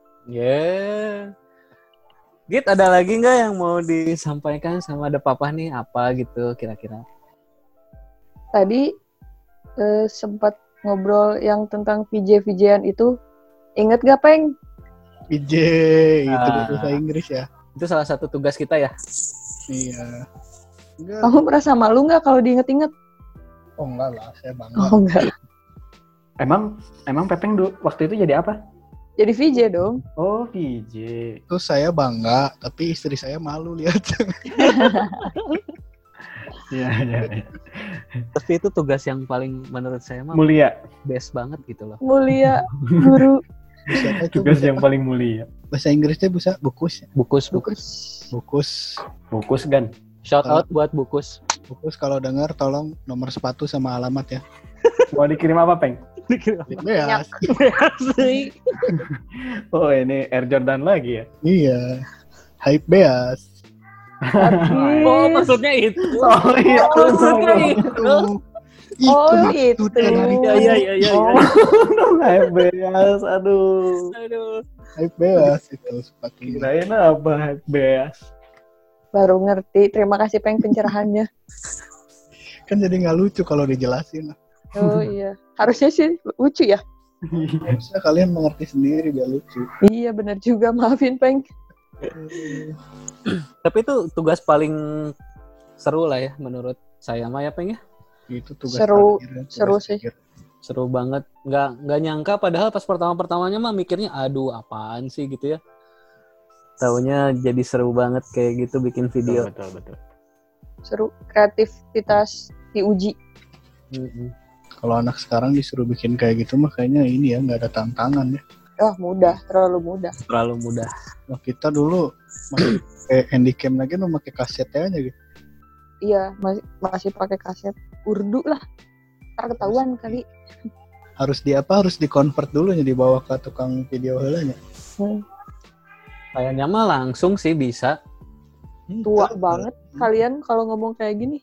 Git, ada lagi nggak yang mau disampaikan sama The Papa nih? Apa gitu kira-kira? Tadi sempat ngobrol yang tentang VJ-VJ-an itu. Ingat gak, Peng? PJ itu bahasa Inggris ya. Itu salah satu tugas kita ya. Iya. Enggak. Kamu merasa malu nggak kalau diinget-inget? Oh enggak lah, saya bangga. Oh, enggak. Emang Pepeng waktu itu jadi apa? Jadi VJ dong. Oh, VJ. Terus saya bangga, tapi istri saya malu lihat. Iya. Tapi itu tugas yang paling menurut saya mah Mulia. best banget gitu loh. Mulia guru. Siapa Tugas yang paling mulia. bahasa Inggrisnya bisa bukus. Bukus. Bukus kan. Shout out buat Bukus. Bukus kalau dengar tolong nomor sepatu sama alamat ya. Mau dikirim apa, Peng? Beas. Oh, ini Air Jordan lagi ya? Iya. Hype Beas. Oh, maksudnya itu. Oh iya. Maksudnya itu. Oh, itu. Iya. Hype Beas, aduh. Hype Beas itu sepatunya. Kirain apa Hype Beas? Baru ngerti. Terima kasih, Peng, pencerahannya. Kan jadi nggak lucu kalau dijelasin. Oh iya. Harusnya sih lucu ya. Harusnya kalian mengerti sendiri biar lucu. Iya, benar juga. Maafin, Peng. Tapi itu tugas paling seru lah ya menurut saya mah ya, Peng ya. Itu tugas Seru- terakhir, tugas seru sih. terakhir. Seru banget. Nggak nyangka padahal pas pertama-pertamanya mah mikirnya aduh apaan sih gitu ya. Taunya jadi seru banget kayak gitu bikin video. Betul. Seru. Kreativitas diuji. Kalau anak sekarang disuruh bikin kayak gitu mah kayaknya ini ya nggak ada tantangan ya. Oh, mudah. Terlalu mudah. Terlalu mudah. Nah, kita dulu masih pakai handycam lagi pakai kasetnya aja gitu. Iya, masih pakai kaset Urdu lah. Ntar ketahuan kali. Harus di-convert dulu ya, dibawa ke tukang video heulanya. Kayaknya mah langsung sih bisa. Tua banget kalian kalau ngomong kayak gini.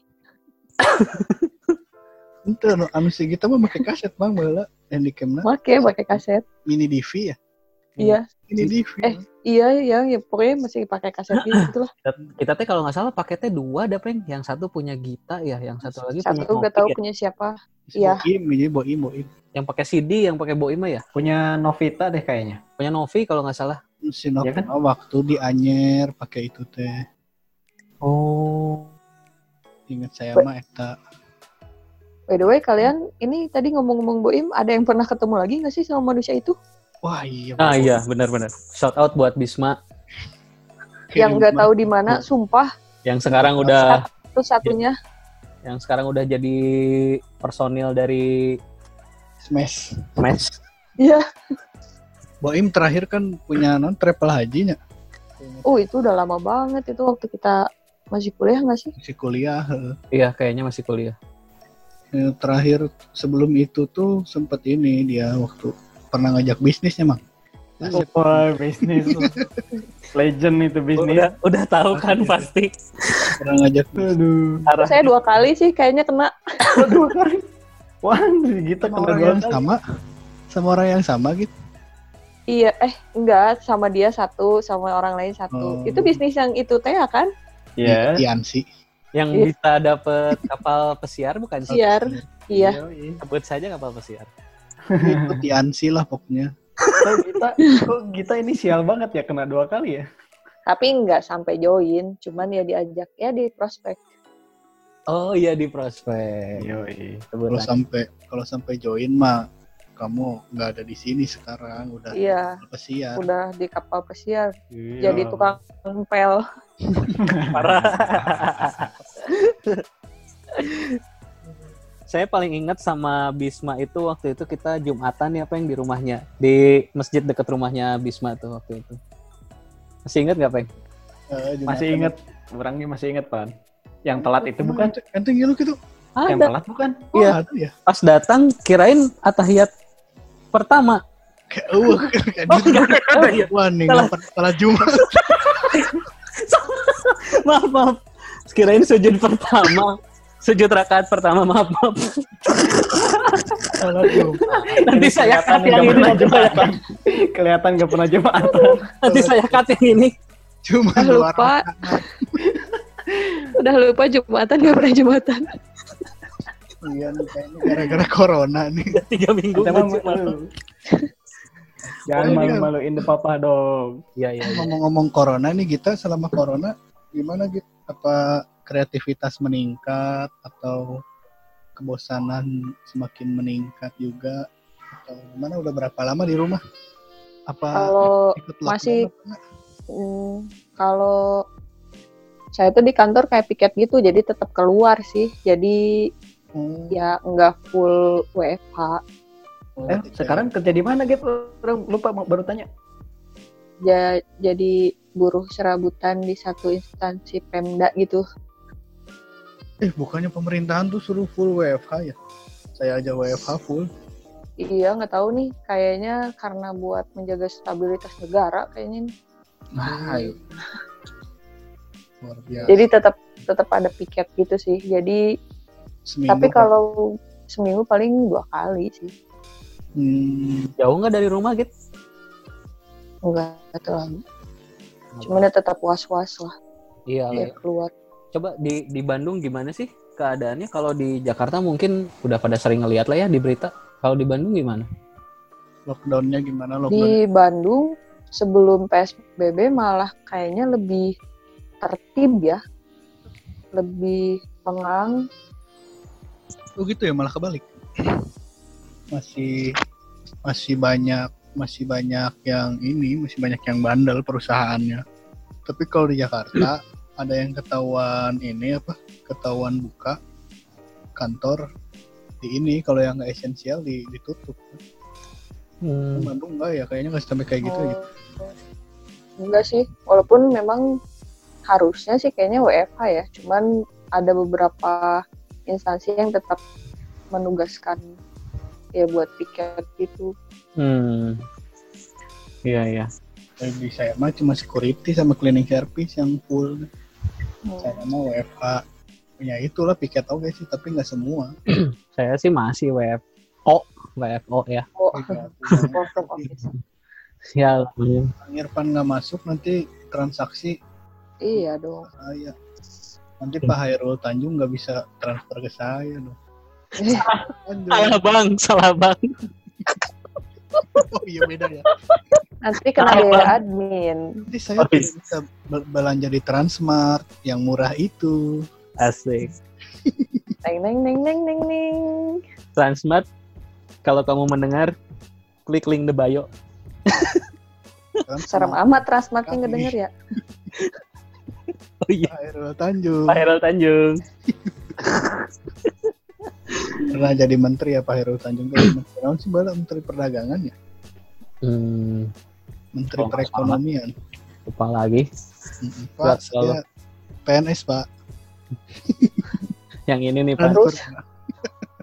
Ente anu sih kita mah pakai kaset Bang baheula handycamna. Pakai kaset. Mini DV ya? Iya. Mini DV. Iya, ya pokoknya masih pakai kaset gitu lah. Kita teh kalau nggak salah paketnya 2 ada, Peng. Yang satu punya Gita ya, yang satu lagi punya Satu nggak tahu Novi ya. punya siapa. Iya. Boim. Yang pakai CD, yang pakai Boima ya. Punya Novita deh kayaknya. Punya Novi kalau nggak salah. Si Novi Iya kan? waktu di Anyer pakai itu teh. Oh. Ingat saya mah eta. By the way, kalian ini tadi ngomong-ngomong Boim, ada yang pernah ketemu lagi nggak sih sama manusia itu? Wah iya. Ah iya, benar. Shout out buat Bisma Yang nggak tahu di mana, sumpah. yang sekarang udah Satu-satunya. yang sekarang udah jadi personil dari Smash. Smash. Iya. Boim terakhir kan punya travel hajinya. Oh, itu udah lama banget itu waktu kita masih kuliah nggak sih? Masih kuliah. Iya, kayaknya masih kuliah. Yang terakhir sebelum itu tuh sempet ini dia waktu pernah ngajak bisnisnya Mang. Wah, bisnis. Legend itu bisnis. Udah tahu kan pasti. Pernah ngajak Aduh. Arah Saya 2 kali sih kayaknya kena. Wah, kita sama kena orang dua yang kali. sama orang yang sama gitu. Iya, enggak, sama dia 1, sama orang lain 1. Oh. Itu bisnis yang itu teh kan? Iya. Tiansi. yang Iya. bisa dapet kapal pesiar bukan sih? Siar. Iya. Sebut saja kapal pesiar. Itu Tiansi lah pokoknya. Kok kita ini sial banget ya kena 2 kali ya? Tapi enggak sampai join, cuman ya diajak ya di prospek. Oh iya di prospek. Yoi. Kalau sampai join mah kamu nggak ada di sini sekarang, udah Iya, pesiar. udah di kapal pesiar, Iya. jadi tukang pel. Parah. Saya paling ingat sama Bisma itu waktu itu kita Jumatan ya Peng di rumahnya. Di masjid dekat rumahnya Bisma tuh waktu itu. Masih ingat nggak Peng? Masih inget, orangnya masih inget Pan. Yang telat itu bukan? Ente ngilu gitu. Yang Ada. telat bukan? Oh, Iya. ada ya. Pas datang kirain atahiyat pertama. Kayak Oh enggak ada ya. wah nih Salah. salah Jumat. Maaf. Kirain sujud pertama. Sujud rakaat pertama, maaf. Salah Jumat. Nanti saya cut yang ini. Kelihatan gak pernah Jumatan. Nanti saya cut yang ini. Cuma Ah, luar lupa. Udah lupa Jumatan, gak pernah Jumatan. Iya nih kayaknya gara-gara corona nih. 3 minggu. Kita mah nge-shoot, Mas. Jangan Oh, iya. malu-maluin the papa dong. Iya. Ngomong-ngomong corona nih, kita selama corona gimana gitu? Apa kreativitas meningkat atau kebosanan semakin meningkat juga? Atau gimana, udah berapa lama di rumah? Apa Kalau ikut lockdown masih- apa enggak? kalau saya tuh di kantor kayak piket gitu, jadi tetap keluar sih. Jadi Oh, ya nggak full WFH. Sekarang kerja di mana gitu? Orang lupa baru tanya. Jadi buruh serabutan di satu instansi Pemda gitu. bukannya pemerintahan tuh suruh full WFH ya? Saya aja WFH full. Iya, nggak tahu nih. Kayaknya karena buat menjaga stabilitas negara kayaknya nih. Nah, ayo. Luar biasa. Jadi tetap ada piket gitu sih. Jadi Seminggu tapi kan? kalau seminggu paling 2 kali sih. Jauh nggak dari rumah gitu? Enggak terlalu. Cuman ya tetap was-was lah Iya. ya keluar. Coba di Bandung gimana sih keadaannya? Kalau di Jakarta mungkin udah pada sering ngeliat lah ya di berita. Kalau di Bandung gimana? Lockdownnya gimana? Di Bandung sebelum PSBB malah kayaknya lebih tertib ya. Lebih lengang. Oh gitu ya, malah kebalik. Masih banyak yang ini, masih banyak yang bandel perusahaannya. Tapi kalau di Jakarta ada yang ketahuan buka kantor di ini, kalau yang nggak esensial ditutup. Di Bandung nggak ya, kayaknya nggak sampai kayak gitu ya. Enggak sih, walaupun memang harusnya sih kayaknya WFH ya. Cuman ada beberapa instansi yang tetap menugaskan ya buat piket gitu. Iya. Di saya mah cuma security sama cleaning service yang full. Saya mah WFH. Ya itulah piket oke sih, tapi nggak semua. Saya sih masih WFO ya. Oh, Iya, work from office. Ya, Bang Irfan nggak masuk, nanti transaksi Iya dong. saya. Nanti Pak Hairul Tanjung nggak bisa transfer ke saya dong. Aduh. salah bang. Oh iya, beda ya. Nanti kena biaya admin. Nanti saya tidak bisa belanja di Transmart yang murah itu. Asik. Neng neng neng neng neng neng. Transmart, kalau kamu mendengar, klik link the bio. Serem amat Transmartnya ngedenger ya. Oh iya, Pak Hairul Tanjung. Pak Hairul Tanjung. Pernah jadi menteri ya Pak Hairul Tanjung. Menteri naon sih bala, Menteri Perdagangan ya? Menteri Oh, Perekonomian. Lupa lagi. Pak, Selalu. saya PNS Pak. Yang ini nih Pak. Terus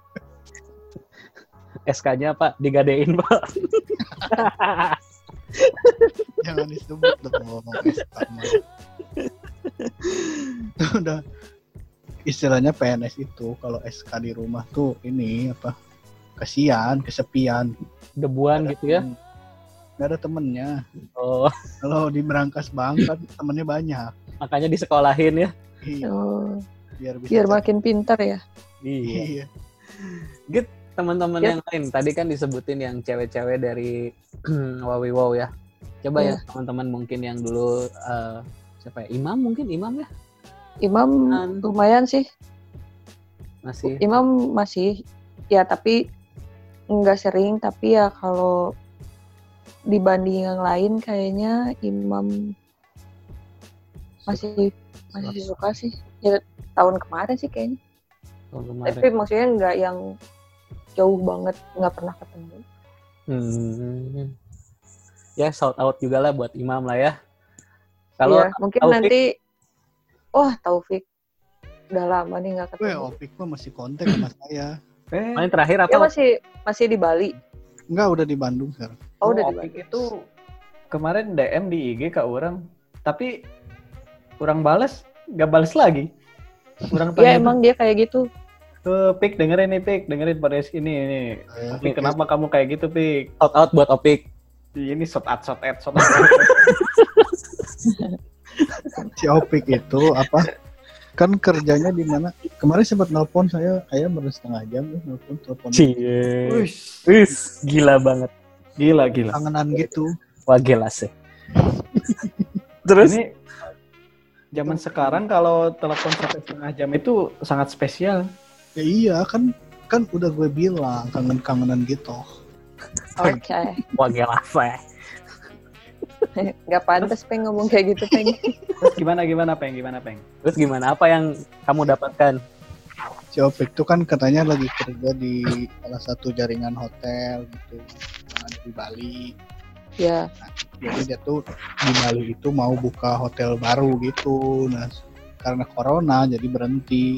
SK-nya Pak digadein Pak. Jangan disebut dong SK mah. Itu udah istilahnya PNS itu kalau SK di rumah tuh ini apa? Kasihan, kesepian. Debuan gitu ya. Nggak ada temennya. Oh, Kalau di Berangkas Bang kan temennya banyak. makanya disekolahin ya. Iya, Oh, biar bisa biar makin pintar ya. Iya. Iya. Teman-teman Yap. yang lain tadi kan disebutin yang cewek-cewek dari Wawi Wow ya. Coba ya teman-teman mungkin yang dulu siapa ya? Imam ya Imam lumayan sih. masih. Imam masih ya, tapi nggak sering. Tapi ya kalau dibanding yang lain kayaknya Imam masih suka sih. Ya tahun kemarin sih kayaknya. Tahun kemarin. Tapi maksudnya nggak yang jauh banget, nggak pernah ketemu. Ya shout out juga lah buat Imam lah ya. Kalau Ya, mungkin Taufik, nanti Taufik udah lama nih nggak Gue ketemu. Opik mah masih kontak sama saya. main terakhir Dia apa? masih di Bali. Enggak, udah di Bandung sekarang. Oh, udah di Opik Bali. itu kemarin DM di IG ke orang, tapi orang balas, nggak balas lagi. Orang Ya tanya, emang dia kayak gitu. Pik dengerin nih Pik, dengerin podcast ini. Pik, kenapa kamu kayak gitu Pik? Shout out buat Opik. Ini shot ad. Si Opik itu apa? Kan kerjanya di mana? Kemarin sempat nelpon saya, kayak baru setengah jam ya telepon. Cie. Wih, Gila banget. gila. Kangenan gitu. Wah gila sih. Terus Ini zaman sekarang kalau telepon sampai setengah jam itu sangat spesial. Ya iya kan udah gue bilang kangenan gitu. Oke. wah gila sih. Nggak pantas Peng ngomong kayak gitu Peng. Terus gimana Peng? Terus gimana? Apa yang kamu dapatkan? Si Opik tuh kan katanya lagi kerja di salah satu jaringan hotel gitu yang ada di Bali. Ya. Jadi dia tuh di Bali itu mau buka hotel baru gitu. Nah karena corona jadi berhenti.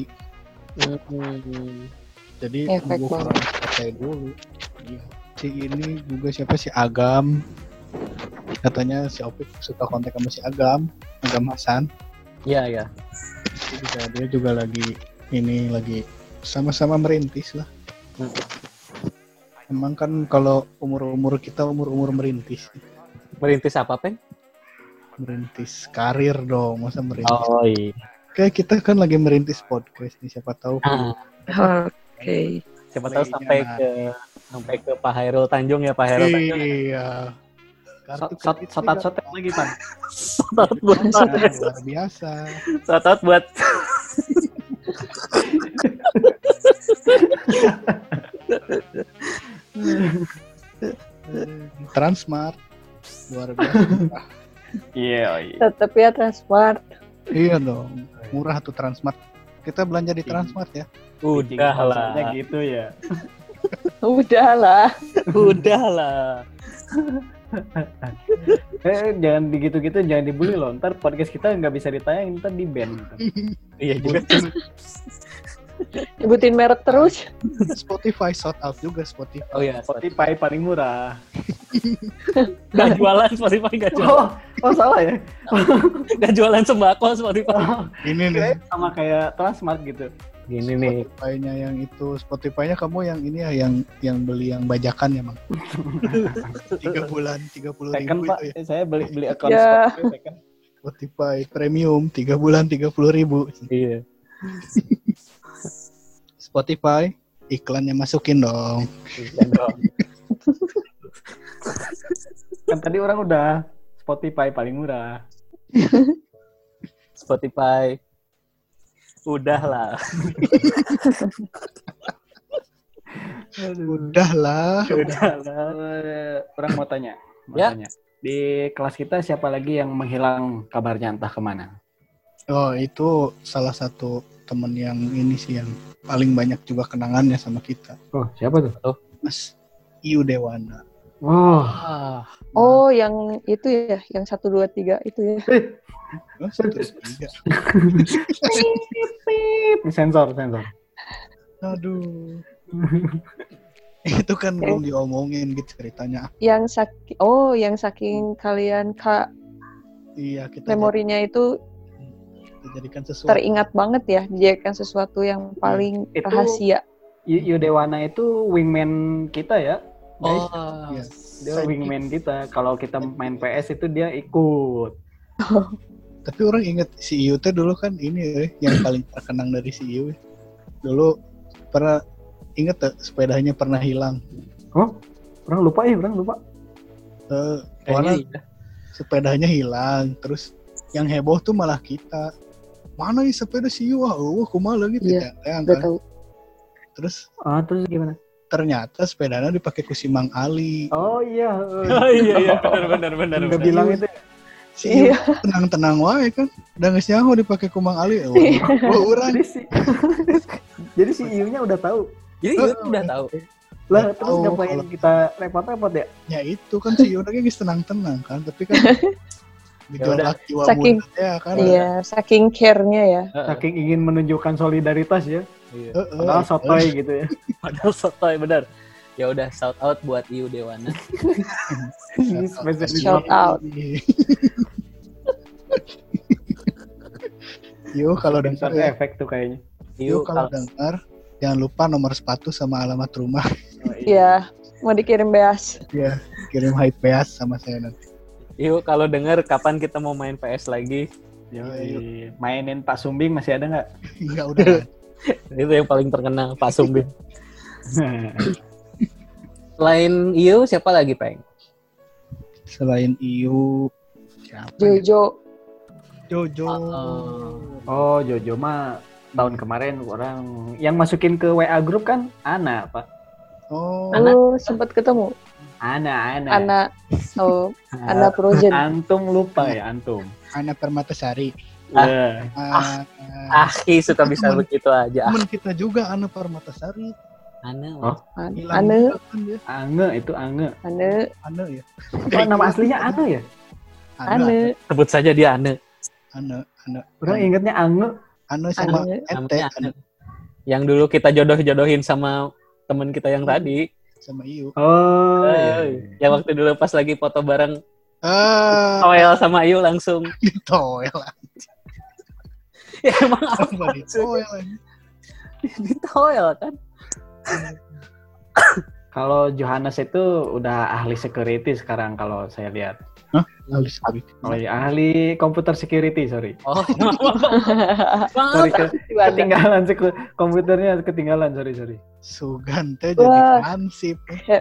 Jadi Efek tunggu banget. corona selesai dulu. Iya. Si ini juga siapa si Agam. Katanya si Opik suka kontak sama si Agam Hasan. Iya. Dia juga lagi sama-sama merintis lah. Emang kan kalau umur kita umur merintis. Merintis apa, Peng? Merintis karir dong, masa merintis. Oh iya. Kayak kita kan lagi merintis podcast nih, siapa tahu. Oke. Siapa tahu sampai ke Pak Hairul Tanjung ya, Pak Hairul Tanjung. Iya. Sotat lagi Pan. Shout out buat luar biasa. shout out buat Transmart luar biasa. Iya. Tetap ya Transmart. Iya dong, murah tuh Transmart. Kita belanja di Transmart ya. udahlah. Gitu ya. Udahlah. Jangan begitu-gitu, jangan dibully loh. Ntar podcast kita nggak bisa ditayang, ntar di ban. Iya juga. Nyebutin merek terus. Spotify shout out juga Spotify. Oh iya, Spotify paling murah. Gak jualan Spotify, gak jualan. Oh salah ya. Gak jualan sembako Spotify. Ini nih Sama kayak Transmart gitu. Gini nih. Spotify-nya yang itu, Spotify-nya kamu yang ini ya, yang beli yang bajakan ya, Mang. 3 bulan 30.000 Second itu Pak, ya. saya beli akun Ya. Spotify second. Spotify premium 3 bulan 30.000. Iya. Spotify iklannya masukin dong. Kan tadi orang udah Spotify paling murah. Spotify. Udahlah. Udahlah. Orang mau tanya. Ya. Di kelas kita siapa lagi yang menghilang kabarnya entah kemana? Oh, itu salah satu temen yang ini sih yang paling banyak juga kenangannya sama kita. Oh, siapa tuh? Mas Iu Dewana. Oh, Oh, yang itu ya, yang 1 2 3 itu ya. Oh, 1-3. sensor. Aduh. Itu kan belum diomongin gitu ceritanya. yang saking kalian Iya, kita memorinya itu jadikan sesuatu. teringat banget ya, dijadikan sesuatu yang paling Itu- rahasia. Yudewana itu wingman kita ya. Guys, Oh, Iya. dia Sidekick. wingman kita. Kalau kita main PS itu dia ikut. Tapi orang inget si Iu teh dulu kan ini yang paling terkenang dari si Iu. Dulu pernah inget tuh sepedanya pernah hilang. Orang lupa. kayaknya Soalnya iya. sepedanya hilang, terus yang heboh tuh malah kita. Mana nih sepeda si Iu? Kumaha lagi Iya, yang Udah kan. tahu. Terus Terus gimana? ternyata sepedanya dipakai ku si Mang Ali. Oh iya. Oh iya benar. Udah bilang itu. Si Iu Iya. tenang-tenang wae kan. Udah geus nyaho dipakai ku Mang Ali. Urang. Jadi si Iu-nya udah tahu. Jadi Iu udah tahu. Lah Nggak terus tahu ngapain kalau- kita repot-repot ya? Ya itu kan si Iu lagi geus tenang-tenang kan, tapi kan gejolak jiwa Saking- muda ya kan. Iya, saking care-nya ya. Saking ingin menunjukkan solidaritas ya. Iya. Padahal sotoy gitu ya. Padahal sotoy benar. Ya udah shout out buat Iu Dewana. Ini spesial. Shout out. Yo kalau Sensor dengar ya, efek tuh kayaknya. yo Iu kalau kalau dengar jangan lupa nomor sepatu sama alamat rumah. Iya, mau dikirim beas. Ya, kirim high peas sama saya nanti. Iu kalau denger kapan kita mau main PS lagi. Yoi. Mainin Pak Sumbing masih ada nggak? Enggak udah. Itu yang paling terkenal Pak Sumbing. Selain Iu siapa lagi, Peng? Selain Iu siapa? ya? Jojo. Jojo. Oh, Jojo mah tahun kemarin orang yang masukin ke WA grup kan Ana, Pak. Oh, Anak. Oh, sempat ketemu. Ana. Anak anak Projen. Antum lupa ya, antum. Ana Permatasari. Eh, Aki suka bisa begitu aja. Teman kita juga Ana Permatasari. Ana. Oh. Hilang Ane, juga kan dia. Ange itu Ange. Ana ya. Oh, nama aslinya Ange ya? Ane, Sebut saja dia Ana. Ana. Orang ingetnya Ange. Ana sama Ane. Ete. Namanya Ana Ana. Yang dulu kita jodoh-jodohin sama teman kita yang tadi. sama Iu. Oh, Yang waktu dulu pas lagi foto bareng Ah, Toel sama Iu langsung. ditoel. Ya emang Apa apa? ditoel lagi? Di Toel kan? Kalau Johannes itu udah ahli security sekarang kalau saya lihat. Alis security. Oh, iya, ahli komputer security, sorry. Oh, Sorry, maaf. ketinggalan komputernya ketinggalan, sorry. Sugan teh jadi Wah. hansip.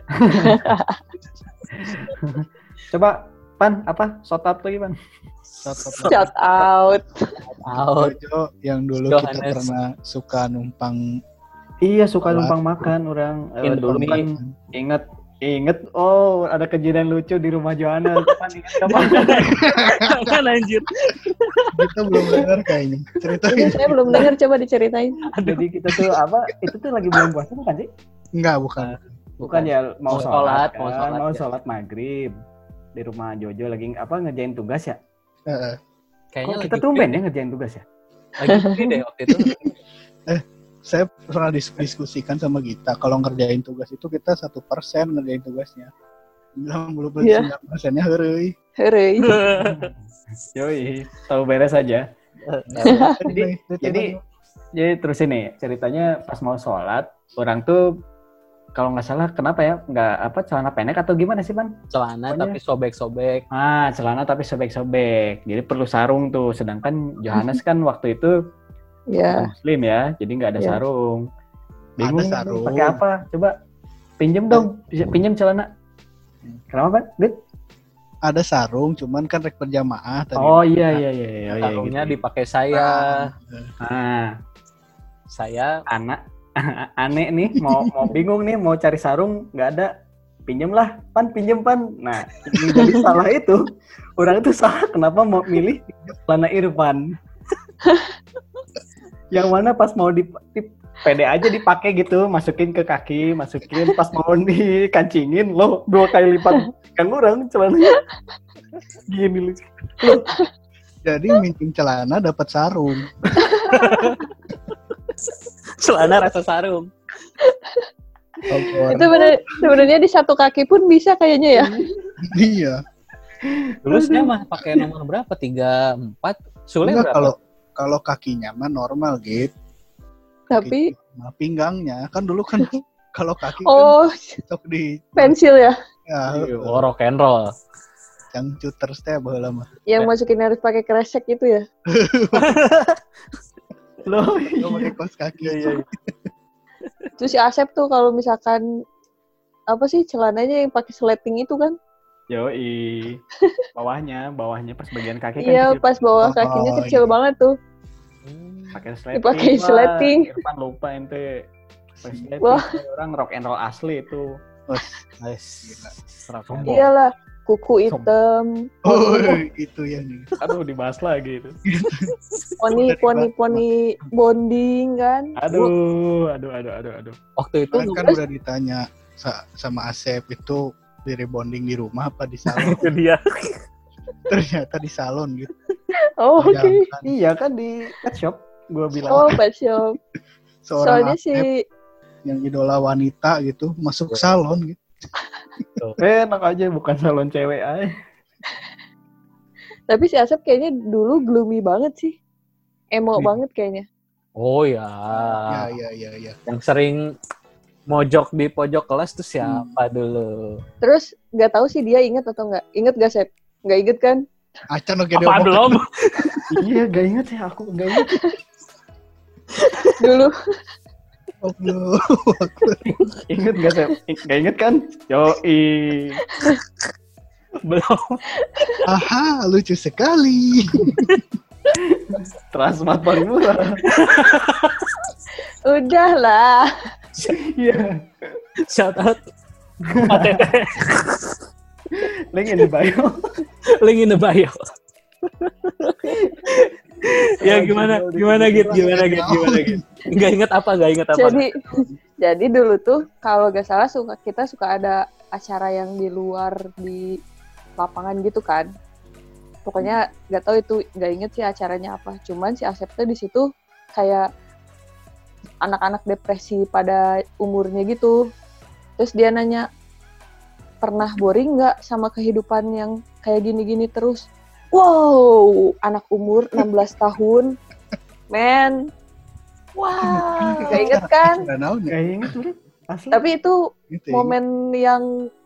Coba Pan, apa? Shot lagi, Pan. shout out. Out. Jojo yang dulu kita Johannes. pernah suka numpang Iya, suka Sholat. numpang makan orang. Ini Dulu dulu kan inget. Oh, ada kejadian lucu di rumah Johannes. Pan, ingat kapan? Kan anjir. kita belum dengar kayaknya. Ini Ceritain. saya belum dengar, coba diceritain. Jadi kita tuh apa? Itu tuh lagi bulan puasa bukan sih? Enggak, bukan. Bukan ya, mau Mau sholat, sholat, mau kan? sholat, mau ya. sholat maghrib di rumah Jojo lagi apa ngerjain tugas ya? Heeh. Kayaknya Kok kita lagi tumben ya ngerjain tugas ya? Lagi free deh waktu itu. Saya pernah diskusikan sama Gita, kalau ngerjain tugas itu kita 1% ngerjain tugasnya. 99%-nya heureuy. Heureui. Yoi, tahu beres aja. Jadi terus ini ceritanya pas mau sholat orang tuh kalau nggak salah kenapa ya nggak apa celana pendek atau gimana sih Pan? Celana Pokoknya- tapi sobek-sobek. Celana tapi sobek-sobek jadi perlu sarung tuh sedangkan Johannes kan waktu itu Ya, Muslim ya jadi nggak ada Iya. sarung. Bingung Ada nih, sarung. pakai apa? Coba pinjem dong, pinjem celana. Kenapa Pan? Dit? Ada sarung, cuman kan rek berjamaah tadi. Oh iya. Sarungnya gitu. dipakai saya. Saya Anak aneh nih mau bingung nih mau cari sarung nggak ada pinjem pan nah yang jadi salah itu orang itu salah kenapa mau milih celana Irfan yang mana pas mau pede aja dipakai gitu masukin ke kaki masukin pas mau dikancingin lo 2 kali lipat kan orang celananya gini loh. Jadi mincing celana dapat sarung. celana rasa sarung. Itu sebenarnya di satu kaki pun bisa kayaknya ya. Iya. Dulu saya mah pakai nomor berapa? 3, 4. Sule Enggak, berapa? kalau kakinya mah normal gitu. Tapi Nah, pinggangnya kan dulu kan kalau kaki oh, kan cocok di pensil ya. ya, Oh, rock and roll. yang cuters teh baheula mah. Yang masukin harus pakai kresek gitu ya. Loh, Enggak pakai kaos kaki. iya. Terus si Asep tuh kalau misalkan apa sih celananya yang pakai sleting itu kan? Yoi. Bawahnya pas bagian kaki kan Iya, kecil. pas bawah Oh, kakinya kecil iya. banget tuh. Pakai sleting. Dipakai Wah, sleting. Irfan lupa ente. Pakai sleting. Wah. Orang rock and roll asli itu. Nice. Rock and Sombong. roll. Iyalah, kuku hitam, Oh, itu yang nih. Aduh, dibahas lagi itu. poni bonding kan. Aduh. Waktu itu Kan udah ditanya sama Asep itu di rebonding di rumah apa di salon? itu dia. Ternyata di salon gitu. Oh, oke. Bayangkan, Iya kan di pet shop gua bilang. Oh, pet shop. seorang Soalnya Asep si yang idola wanita gitu masuk salon gitu. Enak aja bukan salon cewek aja. tapi si Asep kayaknya dulu gloomy banget sih. Emo Iya. banget kayaknya. Oh ya. Ya. Yang sering mojok di pojok kelas tuh siapa dulu? Terus nggak tahu sih dia inget atau nggak. Inget gak, Sep? Nggak inget kan? Acan oke Apa belum? Iya, gak inget ya aku, gak inget. Dulu. Inget gak sih? Gak inget kan? Yoi. Belum. Aha, lucu sekali. Transmart paling murah. Udah lah. Iya. Shout out. ATT. Link in the bio. Link in the bio. Ya gimana gitu? Nggak inget apa? Jadi dulu tuh kalau gak salah kita suka ada acara yang di luar di lapangan gitu kan. Pokoknya gak tahu itu, gak inget sih acaranya apa. Cuman si Asep tuh di situ kayak anak-anak depresi pada umurnya gitu. Terus dia nanya, pernah boring nggak sama kehidupan yang kayak gini-gini terus? Wow, anak umur 16 tahun, men. Wah, gak inget kan? Nggak tahu nih. Gak inget bro. Asli. Tapi itu Gitu ya. momen yang,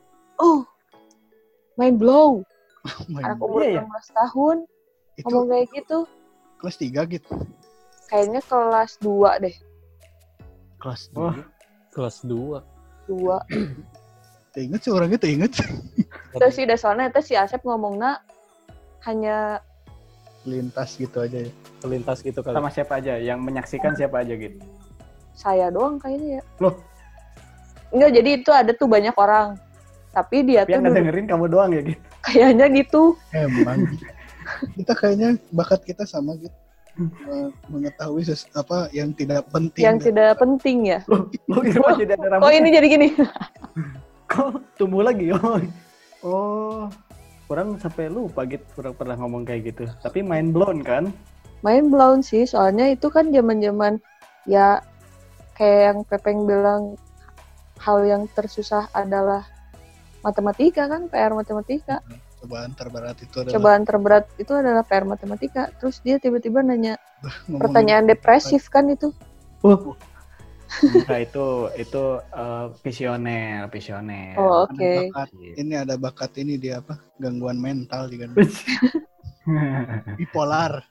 mind blow. Anak umur Iya, iya. 16 tahun, Itu ngomong kayak gitu. kelas 3 gitu. Kayaknya kelas 2 deh. Kelas Wah. 2. Kelas 2. 2. Ingat sih orangnya inget. Terus sih, soalnya itu si Asep ngomongnya hanya Lintas gitu aja ya. Pelintas gitu kali. Sama siapa aja? Yang menyaksikan siapa aja gitu? saya doang kayaknya ya. Loh? Enggak, jadi itu ada tuh banyak orang. Tapi dia Tapi yang tuh ngedengerin kamu doang ya gitu? kayaknya gitu. Emang. Kita kayaknya bakat kita sama gitu. Mengetahui apa yang tidak penting. Yang tidak penting ya. Loh, Irma jadi ada rambutnya. Oh, ini jadi gini. Kok tumbuh lagi? Oh, kurang sampai lupa gitu, kurang pernah ngomong kayak gitu. Tapi mind blown kan? Main blown sih, soalnya itu kan zaman-zaman ya kayak yang Pepeng bilang, hal yang tersusah adalah matematika kan, PR matematika. Cobaan terberat itu adalah Cobaan terberat itu adalah PR matematika. Terus dia tiba-tiba nanya ngomongin pertanyaan depresif kan itu. Nah, itu visioner. Oh, ada oke. bakat. Ini ada bakat ini dia apa? Gangguan mental juga. Bipolar.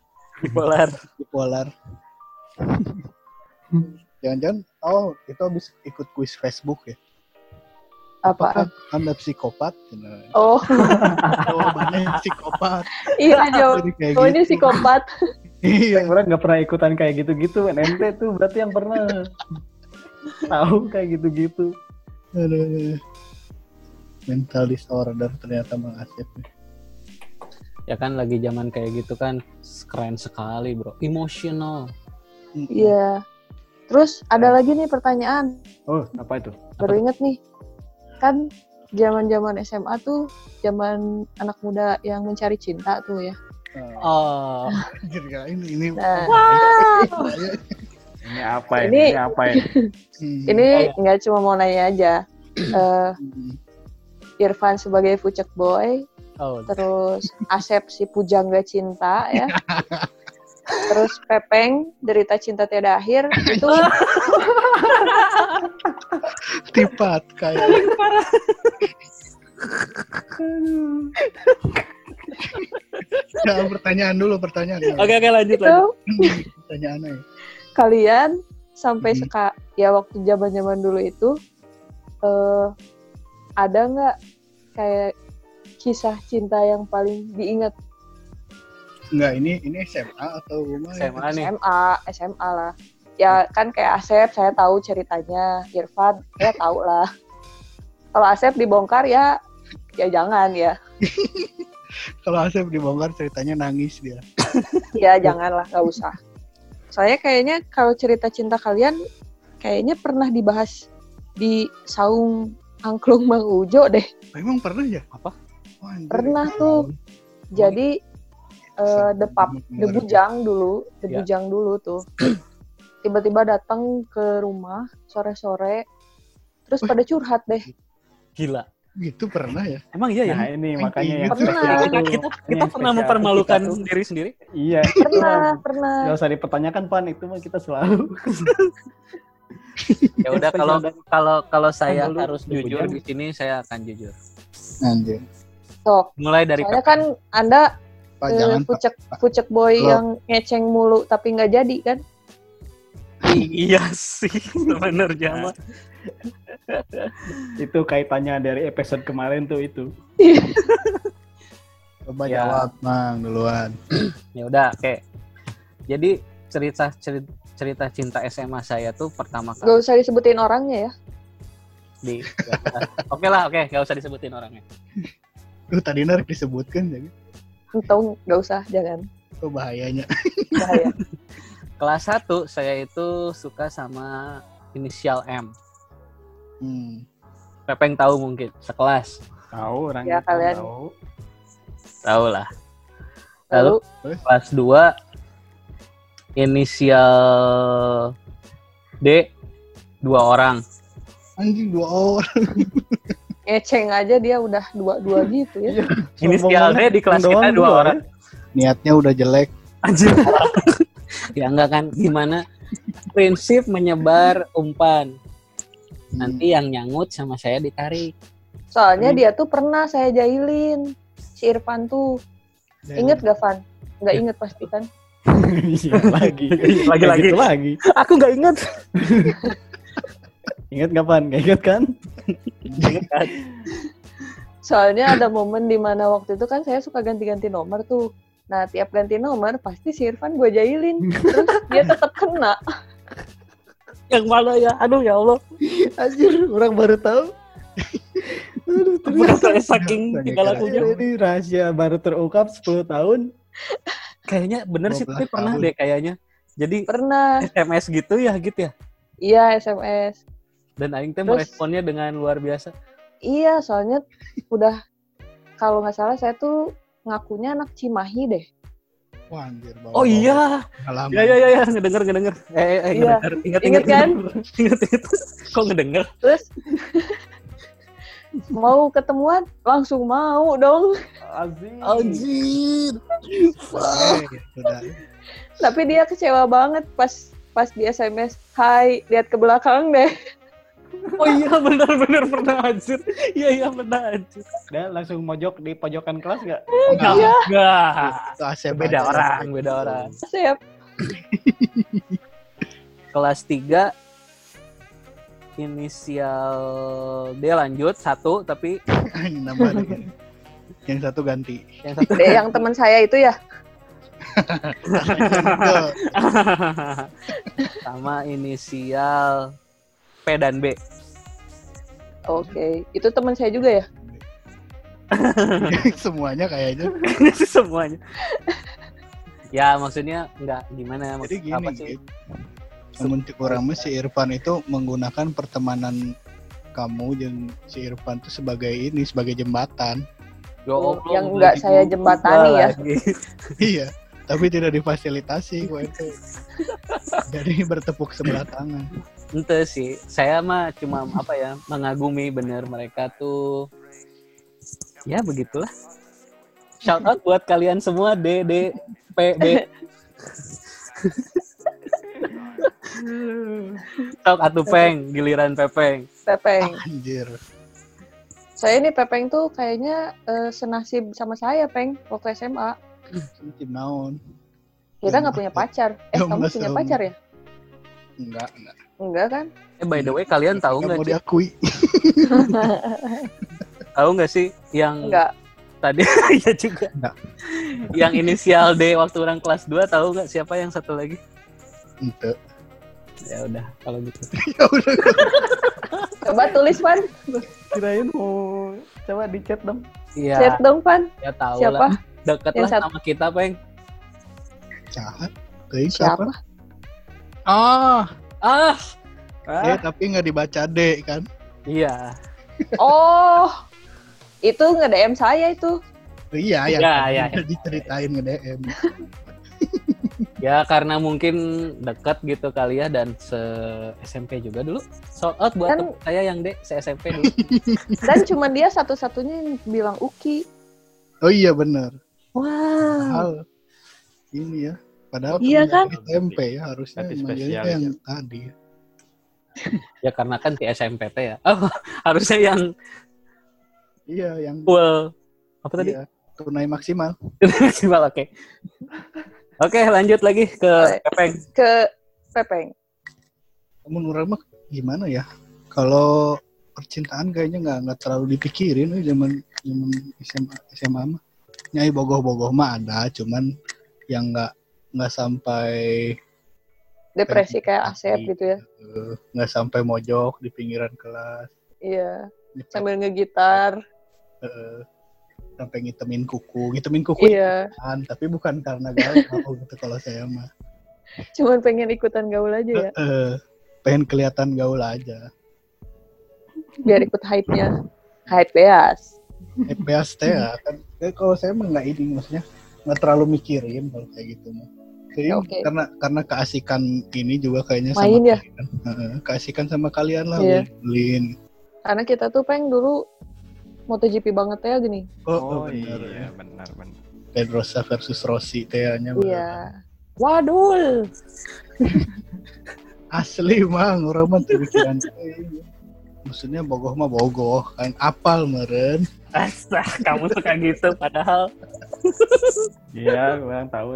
Jangan-jangan itu habis ikut kuis Facebook ya. Apaan? Apakah Anda psikopat? Oh, Jawabannya psikopat. iya Jadi kayak jawabannya gitu. psikopat. Iya. Orang nggak pernah ikutan kayak gitu-gitu. Ente tuh berarti yang pernah tahu kayak gitu-gitu. Aduh. Mental disorder ternyata Bang Asep. Ya kan lagi zaman kayak gitu kan keren sekali bro. Emotional. Iya. Terus ada lagi nih pertanyaan. Oh, apa itu? Baru inget nih. Kan zaman-zaman SMA tuh zaman anak muda yang mencari cinta tuh ya. Oh. Anjir, ya, ini Nah. Ini apa Ini- ini? Ini apa ini? Ini nggak cuma mau nanya aja. Irfan sebagai Fucek Boy, Oh, terus Asep si Pujangga Cinta ya. Terus Pepeng Derita Cinta Tiada Akhir itu Tipat kayak. Nah, pertanyaan dulu. Oke lanjut. itu Pertanyaannya. kalian sampai Mhm. ya waktu zaman dulu itu ada nggak kayak kisah cinta yang paling diingat? Enggak, ini SMA atau rumah? SMA nih. SMA lah. Ya kan kayak Asep saya tahu ceritanya, Irfan saya tahu lah. Kalau Asep dibongkar ya jangan ya. Kalau Asep dibongkar ceritanya nangis dia. Ya janganlah, nggak usah. Soalnya kayaknya kalau cerita cinta kalian kayaknya pernah dibahas di Saung Angklung Mang Ujo deh. Emang pernah ya? Apa? Oh, anjir. Pernah tuh. Jadi The Bujang dulu tuh. Tiba-tiba datang ke rumah sore-sore, terus pada curhat deh. Gila. Gitu pernah ya? Emang iya ya? Nah ini makanya yang Pernah. spesial tuh. Kita Ini yang pernah spesial mempermalukan kita tuh. diri sendiri. Iya. Pernah. Gak usah dipertanyakan Pan, itu mah kita selalu. Ya udah kalau saya dulu harus di jujur Bujang. di sini saya akan jujur. Anjir. Sok. Mulai dari Soalnya kan Anda Pak, jangan Pak. Fucek Boy Lo- yang ngeceng mulu tapi nggak jadi kan? iya sih sebenarnya mah. Itu kaitannya dari episode kemarin tuh itu. Coba Ya. jawab, Mang, duluan. Ya udah, oke. Jadi cerita cinta SMA saya tuh pertama Gak kali usah disebutin orangnya ya. di Oke, nggak usah disebutin orangnya. Tadi narik disebutkan jadi. Untung nggak usah, jangan. Oh, bahayanya. Bahaya. Kelas 1 saya itu suka sama inisial M. Pepeng tahu mungkin, sekelas. Tahu orang Ya, itu kalian. tahu. Tahu lah. Lalu Kelas 2 inisial D 2 orang. Anjing 2 orang. ngeceng aja dia udah dua gitu ya. Inisial D di kelas kita 2 orang. Niatnya udah jelek. Anjir. Ya enggak kan, gimana prinsip menyebar umpan. Nanti yang nyangut sama saya ditarik. Soalnya dia tuh pernah saya jahilin. Si Irfan tuh. Ingat gak, Van? Nggak inget pasti kan? Iya, lagi. Lagi. Kayak gitu lagi. Aku nggak ingat. Ingat nggak Pan? Nggak ingat kan? Soalnya ada momen dimana waktu itu kan saya suka ganti-ganti nomor tuh. Nah, tiap ganti nomor pasti si Irfan gue jahilin. Terus dia tetap kena. Yang mana ya? Aduh ya Allah. Anjir, orang baru tahu. Aduh, ternyata Saya saking tinggal lakunya. ini rahasia baru terungkap 10 tahun. Kayaknya bener sih, 12 tapi pernah tahun. deh kayaknya. Jadi Pernah. SMS gitu ya, gitu ya. Iya, SMS. Dan aing teh Terus? meresponnya dengan luar biasa. Iya, soalnya udah kalau nggak salah saya tuh ngakunya anak Cimahi deh. Wah, anjir. Oh iya. Pengalaman. Ya, ngedenger. Iya. Ngedenger. Ingat Ingat kan? Ingat. Kok ngedenger? Terus mau ketemuan langsung mau dong. Anjir. Udah. Tapi dia kecewa banget pas di SMS. Hai, lihat ke belakang deh. Oh iya, benar pernah anjir. Iya, pernah anjir. Dan langsung mojok di pojokan kelas nggak? Enggak. Itu Asep Beda aja. orang. Siap. Kelas 3 inisial D lanjut 1, tapi Ini nambah lagi. Yang satu ganti. yang satu Deh, yang teman saya itu ya. sama inisial P dan B. Oke, itu teman saya juga ya. Semuanya kayaknya. Ini sih semuanya. Ya maksudnya nggak gimana, Jadi maksud apa gini, sih? Git. Namun kurang si Irfan itu menggunakan pertemanan kamu dan si Irfan itu sebagai jembatan. Ya Allah, Yang nggak saya jembatani ya. lagi. Iya. tapi tidak difasilitasi gue itu. Jadi bertepuk sebelah tangan. Ente sih, saya mah cuma mengagumi bener mereka tuh. Ya begitulah. Shout out buat kalian semua D, P, B. Shout atuh Peng, giliran Pepeng. Pepeng. Anjir. Saya nih Pepeng tuh kayaknya senasib sama saya, Peng, waktu SMA. Tim naon? Kita nggak punya pacar. Kamu punya pacar ya? Enggak. Enggak kan? By the way, kalian tahu nggak Mau sih? diakui. Tahu nggak sih yang Enggak. tadi ya juga. Enggak. Yang inisial D waktu orang kelas 2 tahu nggak siapa yang satu lagi? Ente. Ya udah kalau gitu. Ya udah. Coba tulis, Pan. Kirain mau coba di chat dong. Iya. Chat dong, Pan. Ya tahu Siapa? lah. Deket Yang lah satu. sama kita, Peng. Jahat. Teuing Siapa? Tapi nggak dibaca D kan? Iya. Oh, itu nge-DM saya itu. Iya, Iya. diceritain nge-DM. Ya karena mungkin dekat gitu kali ya dan se-SMP juga dulu. Shout out buat Kan- temen saya yang D se-SMP dulu. Dan cuma dia satu-satunya yang bilang Uki. Oh iya benar. Wow. Padahal ini ya. Padahal Iya temen kan? SMP ya harusnya Tapi manggilnya spesial yang ya. tadi. Ya karena kan di SMP teh ya. Oh, harusnya yang Iya yang full apa tadi? iya, tunai maksimal. Maksimal, oke. Oke, lanjut lagi ke Oke. Pepeng. Ke Pepeng. Menurut mah gimana ya? Kalau percintaan kayaknya nggak terlalu dipikirin zaman SMA mah. Nyai bogoh-bogoh mah ada, cuman yang nggak sampai Depresi kayak Asep gitu ya. nggak sampai mojok di pinggiran kelas. Iya. Sambil ngegitar. Sampai ngitemin kuku Iya. kan, tapi bukan karena gaul gitu kalau saya mah. Cuman pengen ikutan gaul aja ya. Pengen kelihatan gaul aja. Biar ikut hype-nya. Hype beas. FPS teh ya kan. Kalau saya mah nggak ini, maksudnya nggak terlalu mikirin kalau kayak gitu mah. Jadi Oke. karena keasikan ini juga kayaknya Main sama ya? kalian. Keasikan sama kalian lah, Iya. beliin. Karena kita tuh Peng dulu MotoGP banget ya gini. Oh, iya, benar ya. benar. Pedrosa versus Rossi tehnya. Iya. Waduh. Asli mang, orang mah terpikiran. Maksudnya bogoh mah bogoh, kan apal meren. Astah, kamu suka gitu padahal. Iya, orang tahu.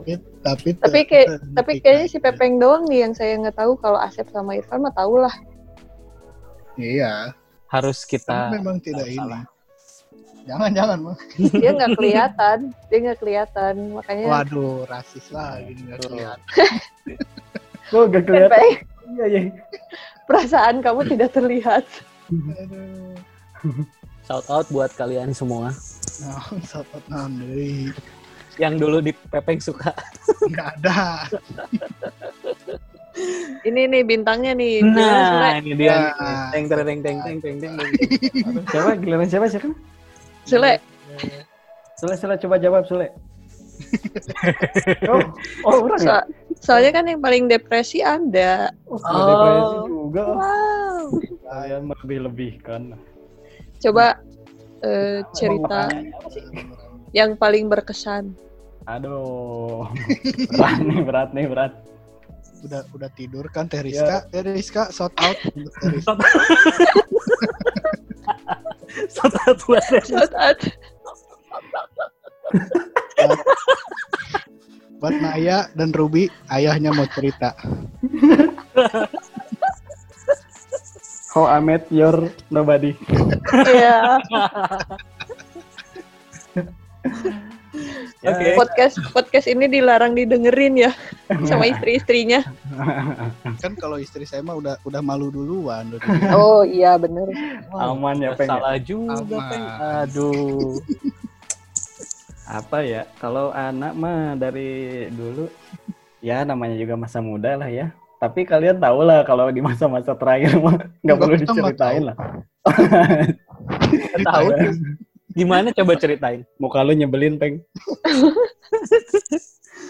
Tapi kayaknya si Pepeng doang nih yang saya nggak tahu. Kalau Asep sama Irfan mah tahu lah. Iya, Harus kita memang tidak tahu ini. salah. Jangan mah. Dia nggak kelihatan. Makanya Waduh, rasis lah gini nggak kelihatan. Kok gak kelihatan? Pepeng, Iya. perasaan kamu tidak terlihat. Aduh. Shout out buat kalian semua Nah, sahabat nanti yang dulu di Pepeng suka. nggak ada. Ini nih bintangnya nih. Nah, ini dia. Nah. Teng teng teng teng teng teng. Siapa? Giliran siapa? Sule. Sule, coba jawab, Sule. Orang ya? Soalnya kan yang paling depresi Anda. Depresi juga. Wow. Kalian melebih-lebihkan. Coba cerita yang paling berkesan. Aduh. Berat nih. Udah tidur kan Teh Rizka? Teh Rizka shout out untuk Teh Rizka. Shout out buat Shout out. Buat Naya dan Ruby, ayahnya mau cerita. How I Met Your Nobody. Iya. Oke. Podcast ini dilarang didengerin ya sama istri-istrinya. Kan kalau istri saya mah udah malu duluan. Oh iya bener. Aman ya, Peng. Salah juga, Aman. Peng. Aduh. Apa ya? Kalau anak mah dari dulu ya namanya juga masa muda lah ya. Tapi kalian tahu lah kalau di masa-masa terakhir mah nggak perlu kita nggak diceritain tahu. lah. Tahu gimana coba ceritain? Muka lu nyebelin, Peng.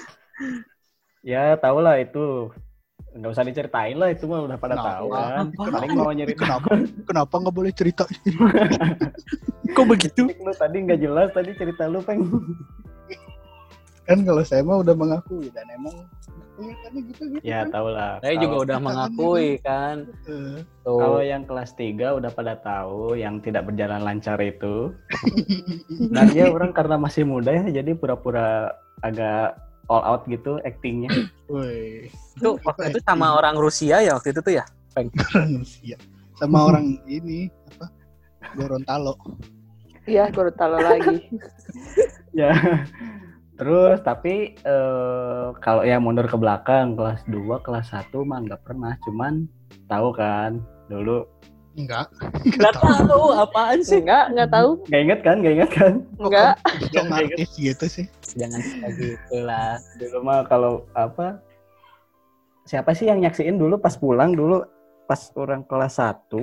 Ya tau lah itu. Nggak usah diceritain lah, itu mah udah pada Nah, tahu kan. apa? Paling mau nyeritain. Kenapa nggak boleh cerita? Kok begitu? Lu tadi nggak jelas tadi cerita lu Peng. Kan kalau saya mah udah mengakui dan emang kelihatannya gitu. Ya tau lah. Saya juga udah mengakui kan. Tuh. Kalau yang kelas 3 udah pada tahu yang tidak berjalan lancar itu. Nah dia orang karena masih muda ya, jadi pura-pura agak all out gitu actingnya. Woi, Itu waktu itu sama orang Rusia ya waktu itu tuh ya? orang Rusia sama orang ini apa? Gorontalo. Iya, Gorontalo lagi. Ya. Terus tapi kalau yang mundur ke belakang kelas 2, kelas 1 mah nggak pernah, cuman tahu kan dulu. Enggak. Nggak tahu apaan sih? Enggak tahu. Nggak inget kan? Enggak. Dong artis gitu sih. Jangan kayak gitu lah. Dulu mah kalau apa? Siapa sih yang nyaksiin dulu pas pulang dulu pas orang kelas 1,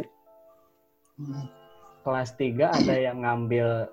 kelas 3 ada yang ngambil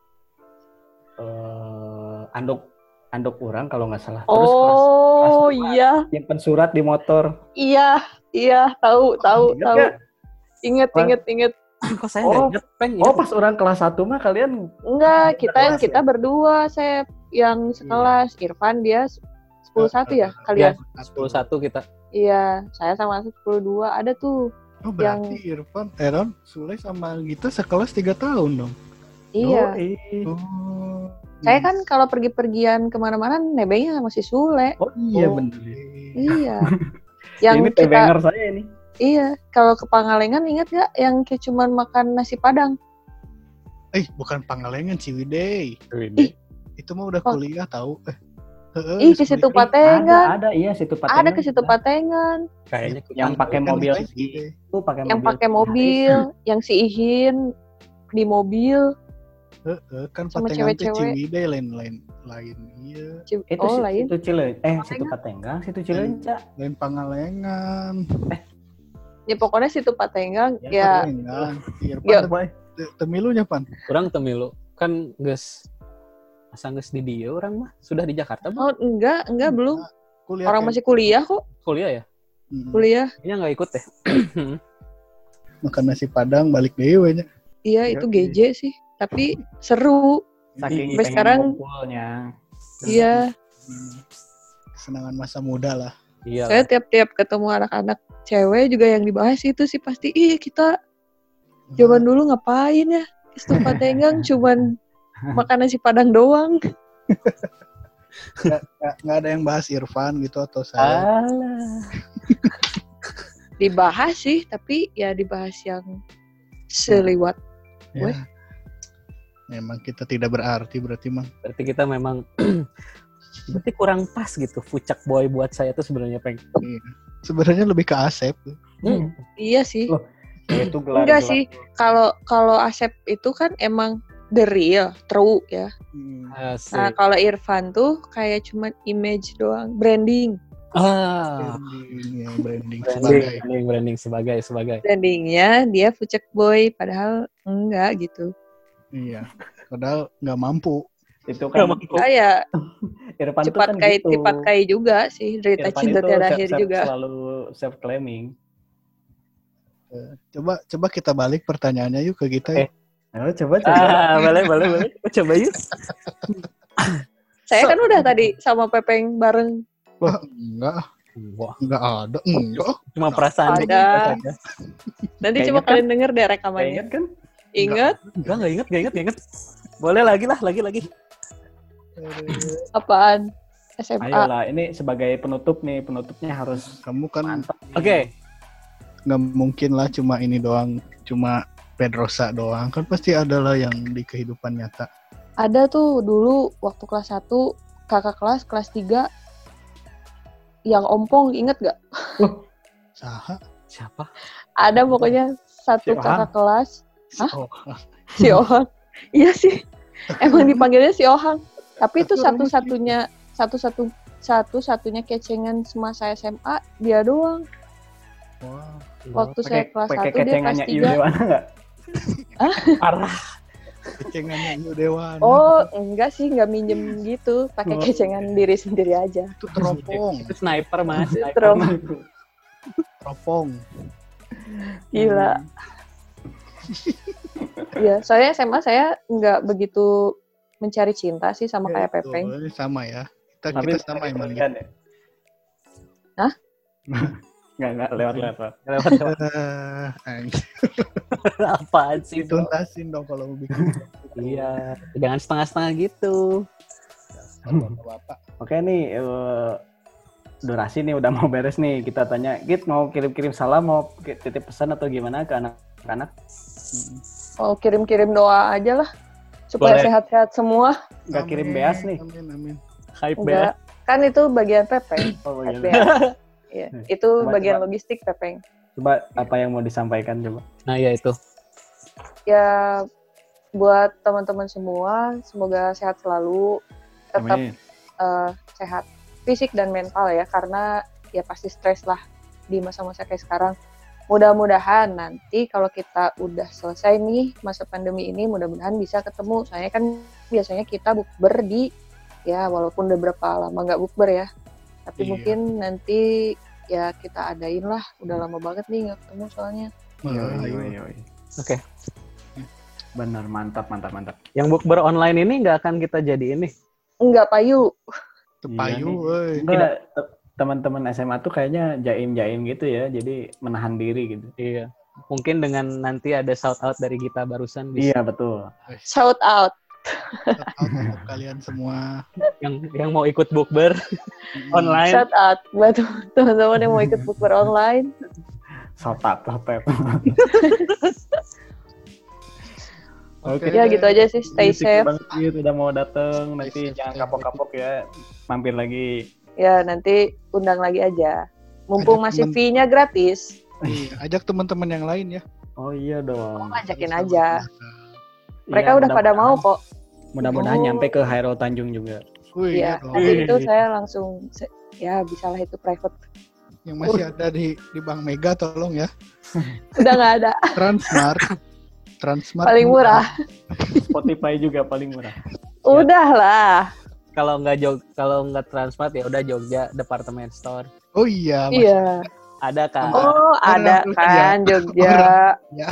anduk orang kalau nggak salah. Terus kelas 2 iya. simpen surat di motor. Iya, tahu. Ingat nggak? Inget. Kok saya nggak inget, Peng? Oh pas orang kelas 1 mah kalian Enggak, Kelas kita berdua, saya yang sekelas. Irfan dia 10-1 ya kalian? 10-1 kita. Iya, saya sama 10-2 ada tuh. Oh berarti Irfan, Aaron, Sule sama Gita sekelas 3 tahun dong. Iya. Oh. Saya kan kalau pergi-pergian kemana-mana nebengnya masih Sule. Oh iya Oh, bener. Iya. Yang Ini kita tebenger saya ini. iya, kalau ke Pangalengan ingat gak yang kayak cuman makan nasi Padang? Bukan Pangalengan, Ciwidey. Ih, Itu mah udah Oh. kuliah tahu. Ih, ke situ Patengan. Ada iya situ Patengan. Ada ke situ Patengan. kayaknya Yang pakai mobil Ciwidey. itu pakai Yang pakai mobil, yang si Ihin di mobil. Kan Sama Patengan teh cewek-cewek. Ciwidey lain iya. Itu Oh, lain. situ situ Patengan, situ Cileunca. Lain Pangalengan. Ya pokoknya situ Patengan ya. Patengan. Ya. Irfan temilunya Pan. kurang temilu. Kan geus asa geus di dia orang mah. Sudah di Jakarta, Bu. Oh, enggak belum. Kuliah Orang kan? masih kuliah kok, Kuliah ya? kuliah. Kayaknya nggak ikut deh. Makan nasi Padang balik dewe nya. Iya, itu Oke. GJ sih, tapi seru. Saking Sampai pengen sekarang ngumpulnya. Iya, Kesenangan masa muda lah. Iya. saya tiap-tiap ketemu anak-anak cewek juga yang dibahas itu sih pasti, kita zaman dulu ngapain ya? Itu Patengan cuman makan nasi Padang doang. Nggak ada yang bahas Irfan gitu atau saya. Alah. Dibahas sih, tapi ya dibahas yang seliwat. Ya. Memang kita tidak berarti berarti Mang. Berarti kita memang berarti kurang pas gitu. Fucek boy buat saya tuh sebenarnya, Peng. Iya. Sebenarnya lebih ke Asep. Iya sih. Loh, itu gelar. Enggak sih. Kalau Asep itu kan emang the real, true ya. Asik. Nah, kalau Irfan tuh kayak cuman image doang, branding. Branding sebagai. Branding sebagai. Brandingnya dia fucek boy, padahal enggak gitu. Iya. Padahal nggak mampu. Itu kan Kayak Irfan tuh cepat kan kayak gitu. tipat kayak juga sih, derita Irfan cinta itu tiada akhir juga. selalu self claiming. Coba kita balik pertanyaannya yuk ke kita. Ayo coba. Boleh. Coba yuk. Saya kan udah tadi sama Pepeng bareng. Enggak. Wah, Enggak ada. Enggak. cuma perasaan Ada. dikit aja. Nanti Kayak coba inget kalian denger deh Kayak rekamannya. inget kan? Ingat Enggak inget. Boleh lagi. apaan? SMA. Ayolah, ini sebagai penutup nih, penutupnya harus Kamu kan mantap. Oke. nggak mungkin lah cuma ini doang, cuma Pedrosa doang. Kan pasti ada lah yang di kehidupan nyata. Ada tuh dulu waktu kelas 1, kakak kelas 3 yang ompong, inget gak? Saha? Siapa? Ada pokoknya satu Si Ohang. kakak kelas, Hah? Oh, si Ohang. Iya sih, emang dipanggilnya si Ohang. Tapi itu Satu satu-satunya kecengan semasa SMA, dia doang. wow. Waktu saya kelas 1, pakai dia kelas kecengannya Iu 3. Dewana nggak? Parah. kecengannya Ayu Dewan. Oh, enggak sih, enggak minjem gitu. Pakai kecengan diri sendiri aja. Itu teropong. Itu sniper mas. Teropong. Gila. Iya, soalnya SMA saya nggak begitu mencari cinta sih sama kayak Pepeng. Sama ya. Tapi Kita sama emang. kan ya? Hah? Nggak lewat. Apaan sih? Dituntasin dong kalau mau bikin. Iya, jangan setengah-setengah gitu. Bapak. Oke nih, durasi nih udah mau beres nih. Kita tanya, Git mau kirim-kirim salam, mau titip pesan atau gimana ke anak-anak? Oh, kirim-kirim doa aja lah. Supaya Boleh. sehat-sehat semua. Nggak kirim beas nih. Amin. Hype Enggak. Kan itu bagian Pepeng. Oh, Hype bagian beas. Iya, itu Coba, bagian coba. logistik Pepeng. Coba apa yang mau disampaikan coba? Nah ya itu. Ya, buat teman-teman semua, semoga sehat selalu. Tetap Amin. sehat fisik dan mental ya, karena ya pasti stres lah di masa-masa kayak sekarang. Mudah-mudahan nanti kalau kita udah selesai nih masa pandemi ini, mudah-mudahan bisa ketemu. Soalnya kan biasanya kita bukber di, ya walaupun udah berapa lama nggak bukber ya, tapi Iya. mungkin nanti ya kita adain lah. Udah lama banget nih nggak ketemu soalnya. Yoi. Oke. Benar, mantap. Yang bukber online ini nggak akan kita jadi ini. Enggak, Payu. Tepayu, Iya woi. Enggak, teman-teman SMA tuh kayaknya jaim-jaim gitu ya, jadi menahan diri gitu. Iya. Mungkin dengan nanti ada shout out dari kita barusan bisa. Iya, betul. Shout out. Shout out untuk kalian semua. Yang mau ikut bukber online. Shout out buat teman-teman yang mau ikut bukber online. Sotat. Oke. Ya gitu aja sih, stay safe. Banget gitu, udah mau dateng, nanti safe, jangan stay kapok-kapok ya, mampir lagi. Ya nanti undang lagi aja. Mumpung Ajak masih temen. fee-nya gratis. Iya, ajak teman-teman yang lain ya. Oh iya dong. Ajakin Sama-sama. aja. Mereka Iya, udah pada mau kok. Mudah-mudahan Oh. nyampe ke Hairul Tanjung juga. Wih, Iya, dong. nanti itu saya langsung ya bisalah itu private. Yang masih ada di Bank Mega tolong ya. Udah nggak ada. Transmart Paling murah. Spotify juga paling murah. Udah lah. Kalau nggak Transmart ya udah Jogja Department Store. Oh iya, Mas. Iya. Ada kan? Oh, ada Orang kan Jogja. Ya.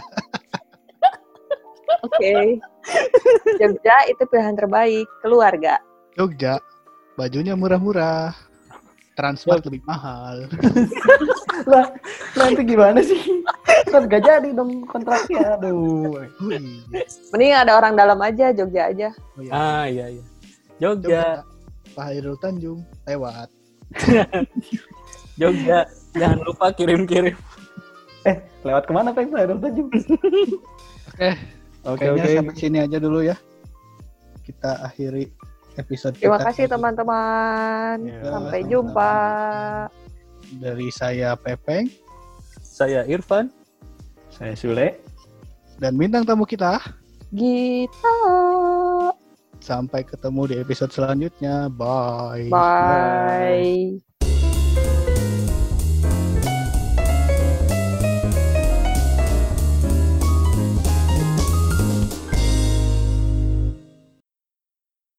Oke. Jogja itu pilihan terbaik. Keluarga. Jogja, bajunya murah-murah. Transmart lebih mahal. Lah, nanti gimana sih? Kan gak jadi dong kontraknya. Aduh. Wih. Mending ada orang dalam aja, Jogja aja. Oh, iya. Ah iya. Jogja. Pak Hairul Tanjung lewat. Jogja. Jangan lupa kirim-kirim. Lewat kemana Pak Hairul Tanjung? Oke. Kayaknya sampai sini aja dulu ya. Kita akhiri episode Terima kita. kasih teman-teman. Ya, Sampai sama-sama. jumpa. Dari saya Pepeng Saya Irfan. Saya Sule. dan bintang tamu kita. Gita. Sampai ketemu di episode selanjutnya. Bye. Bye.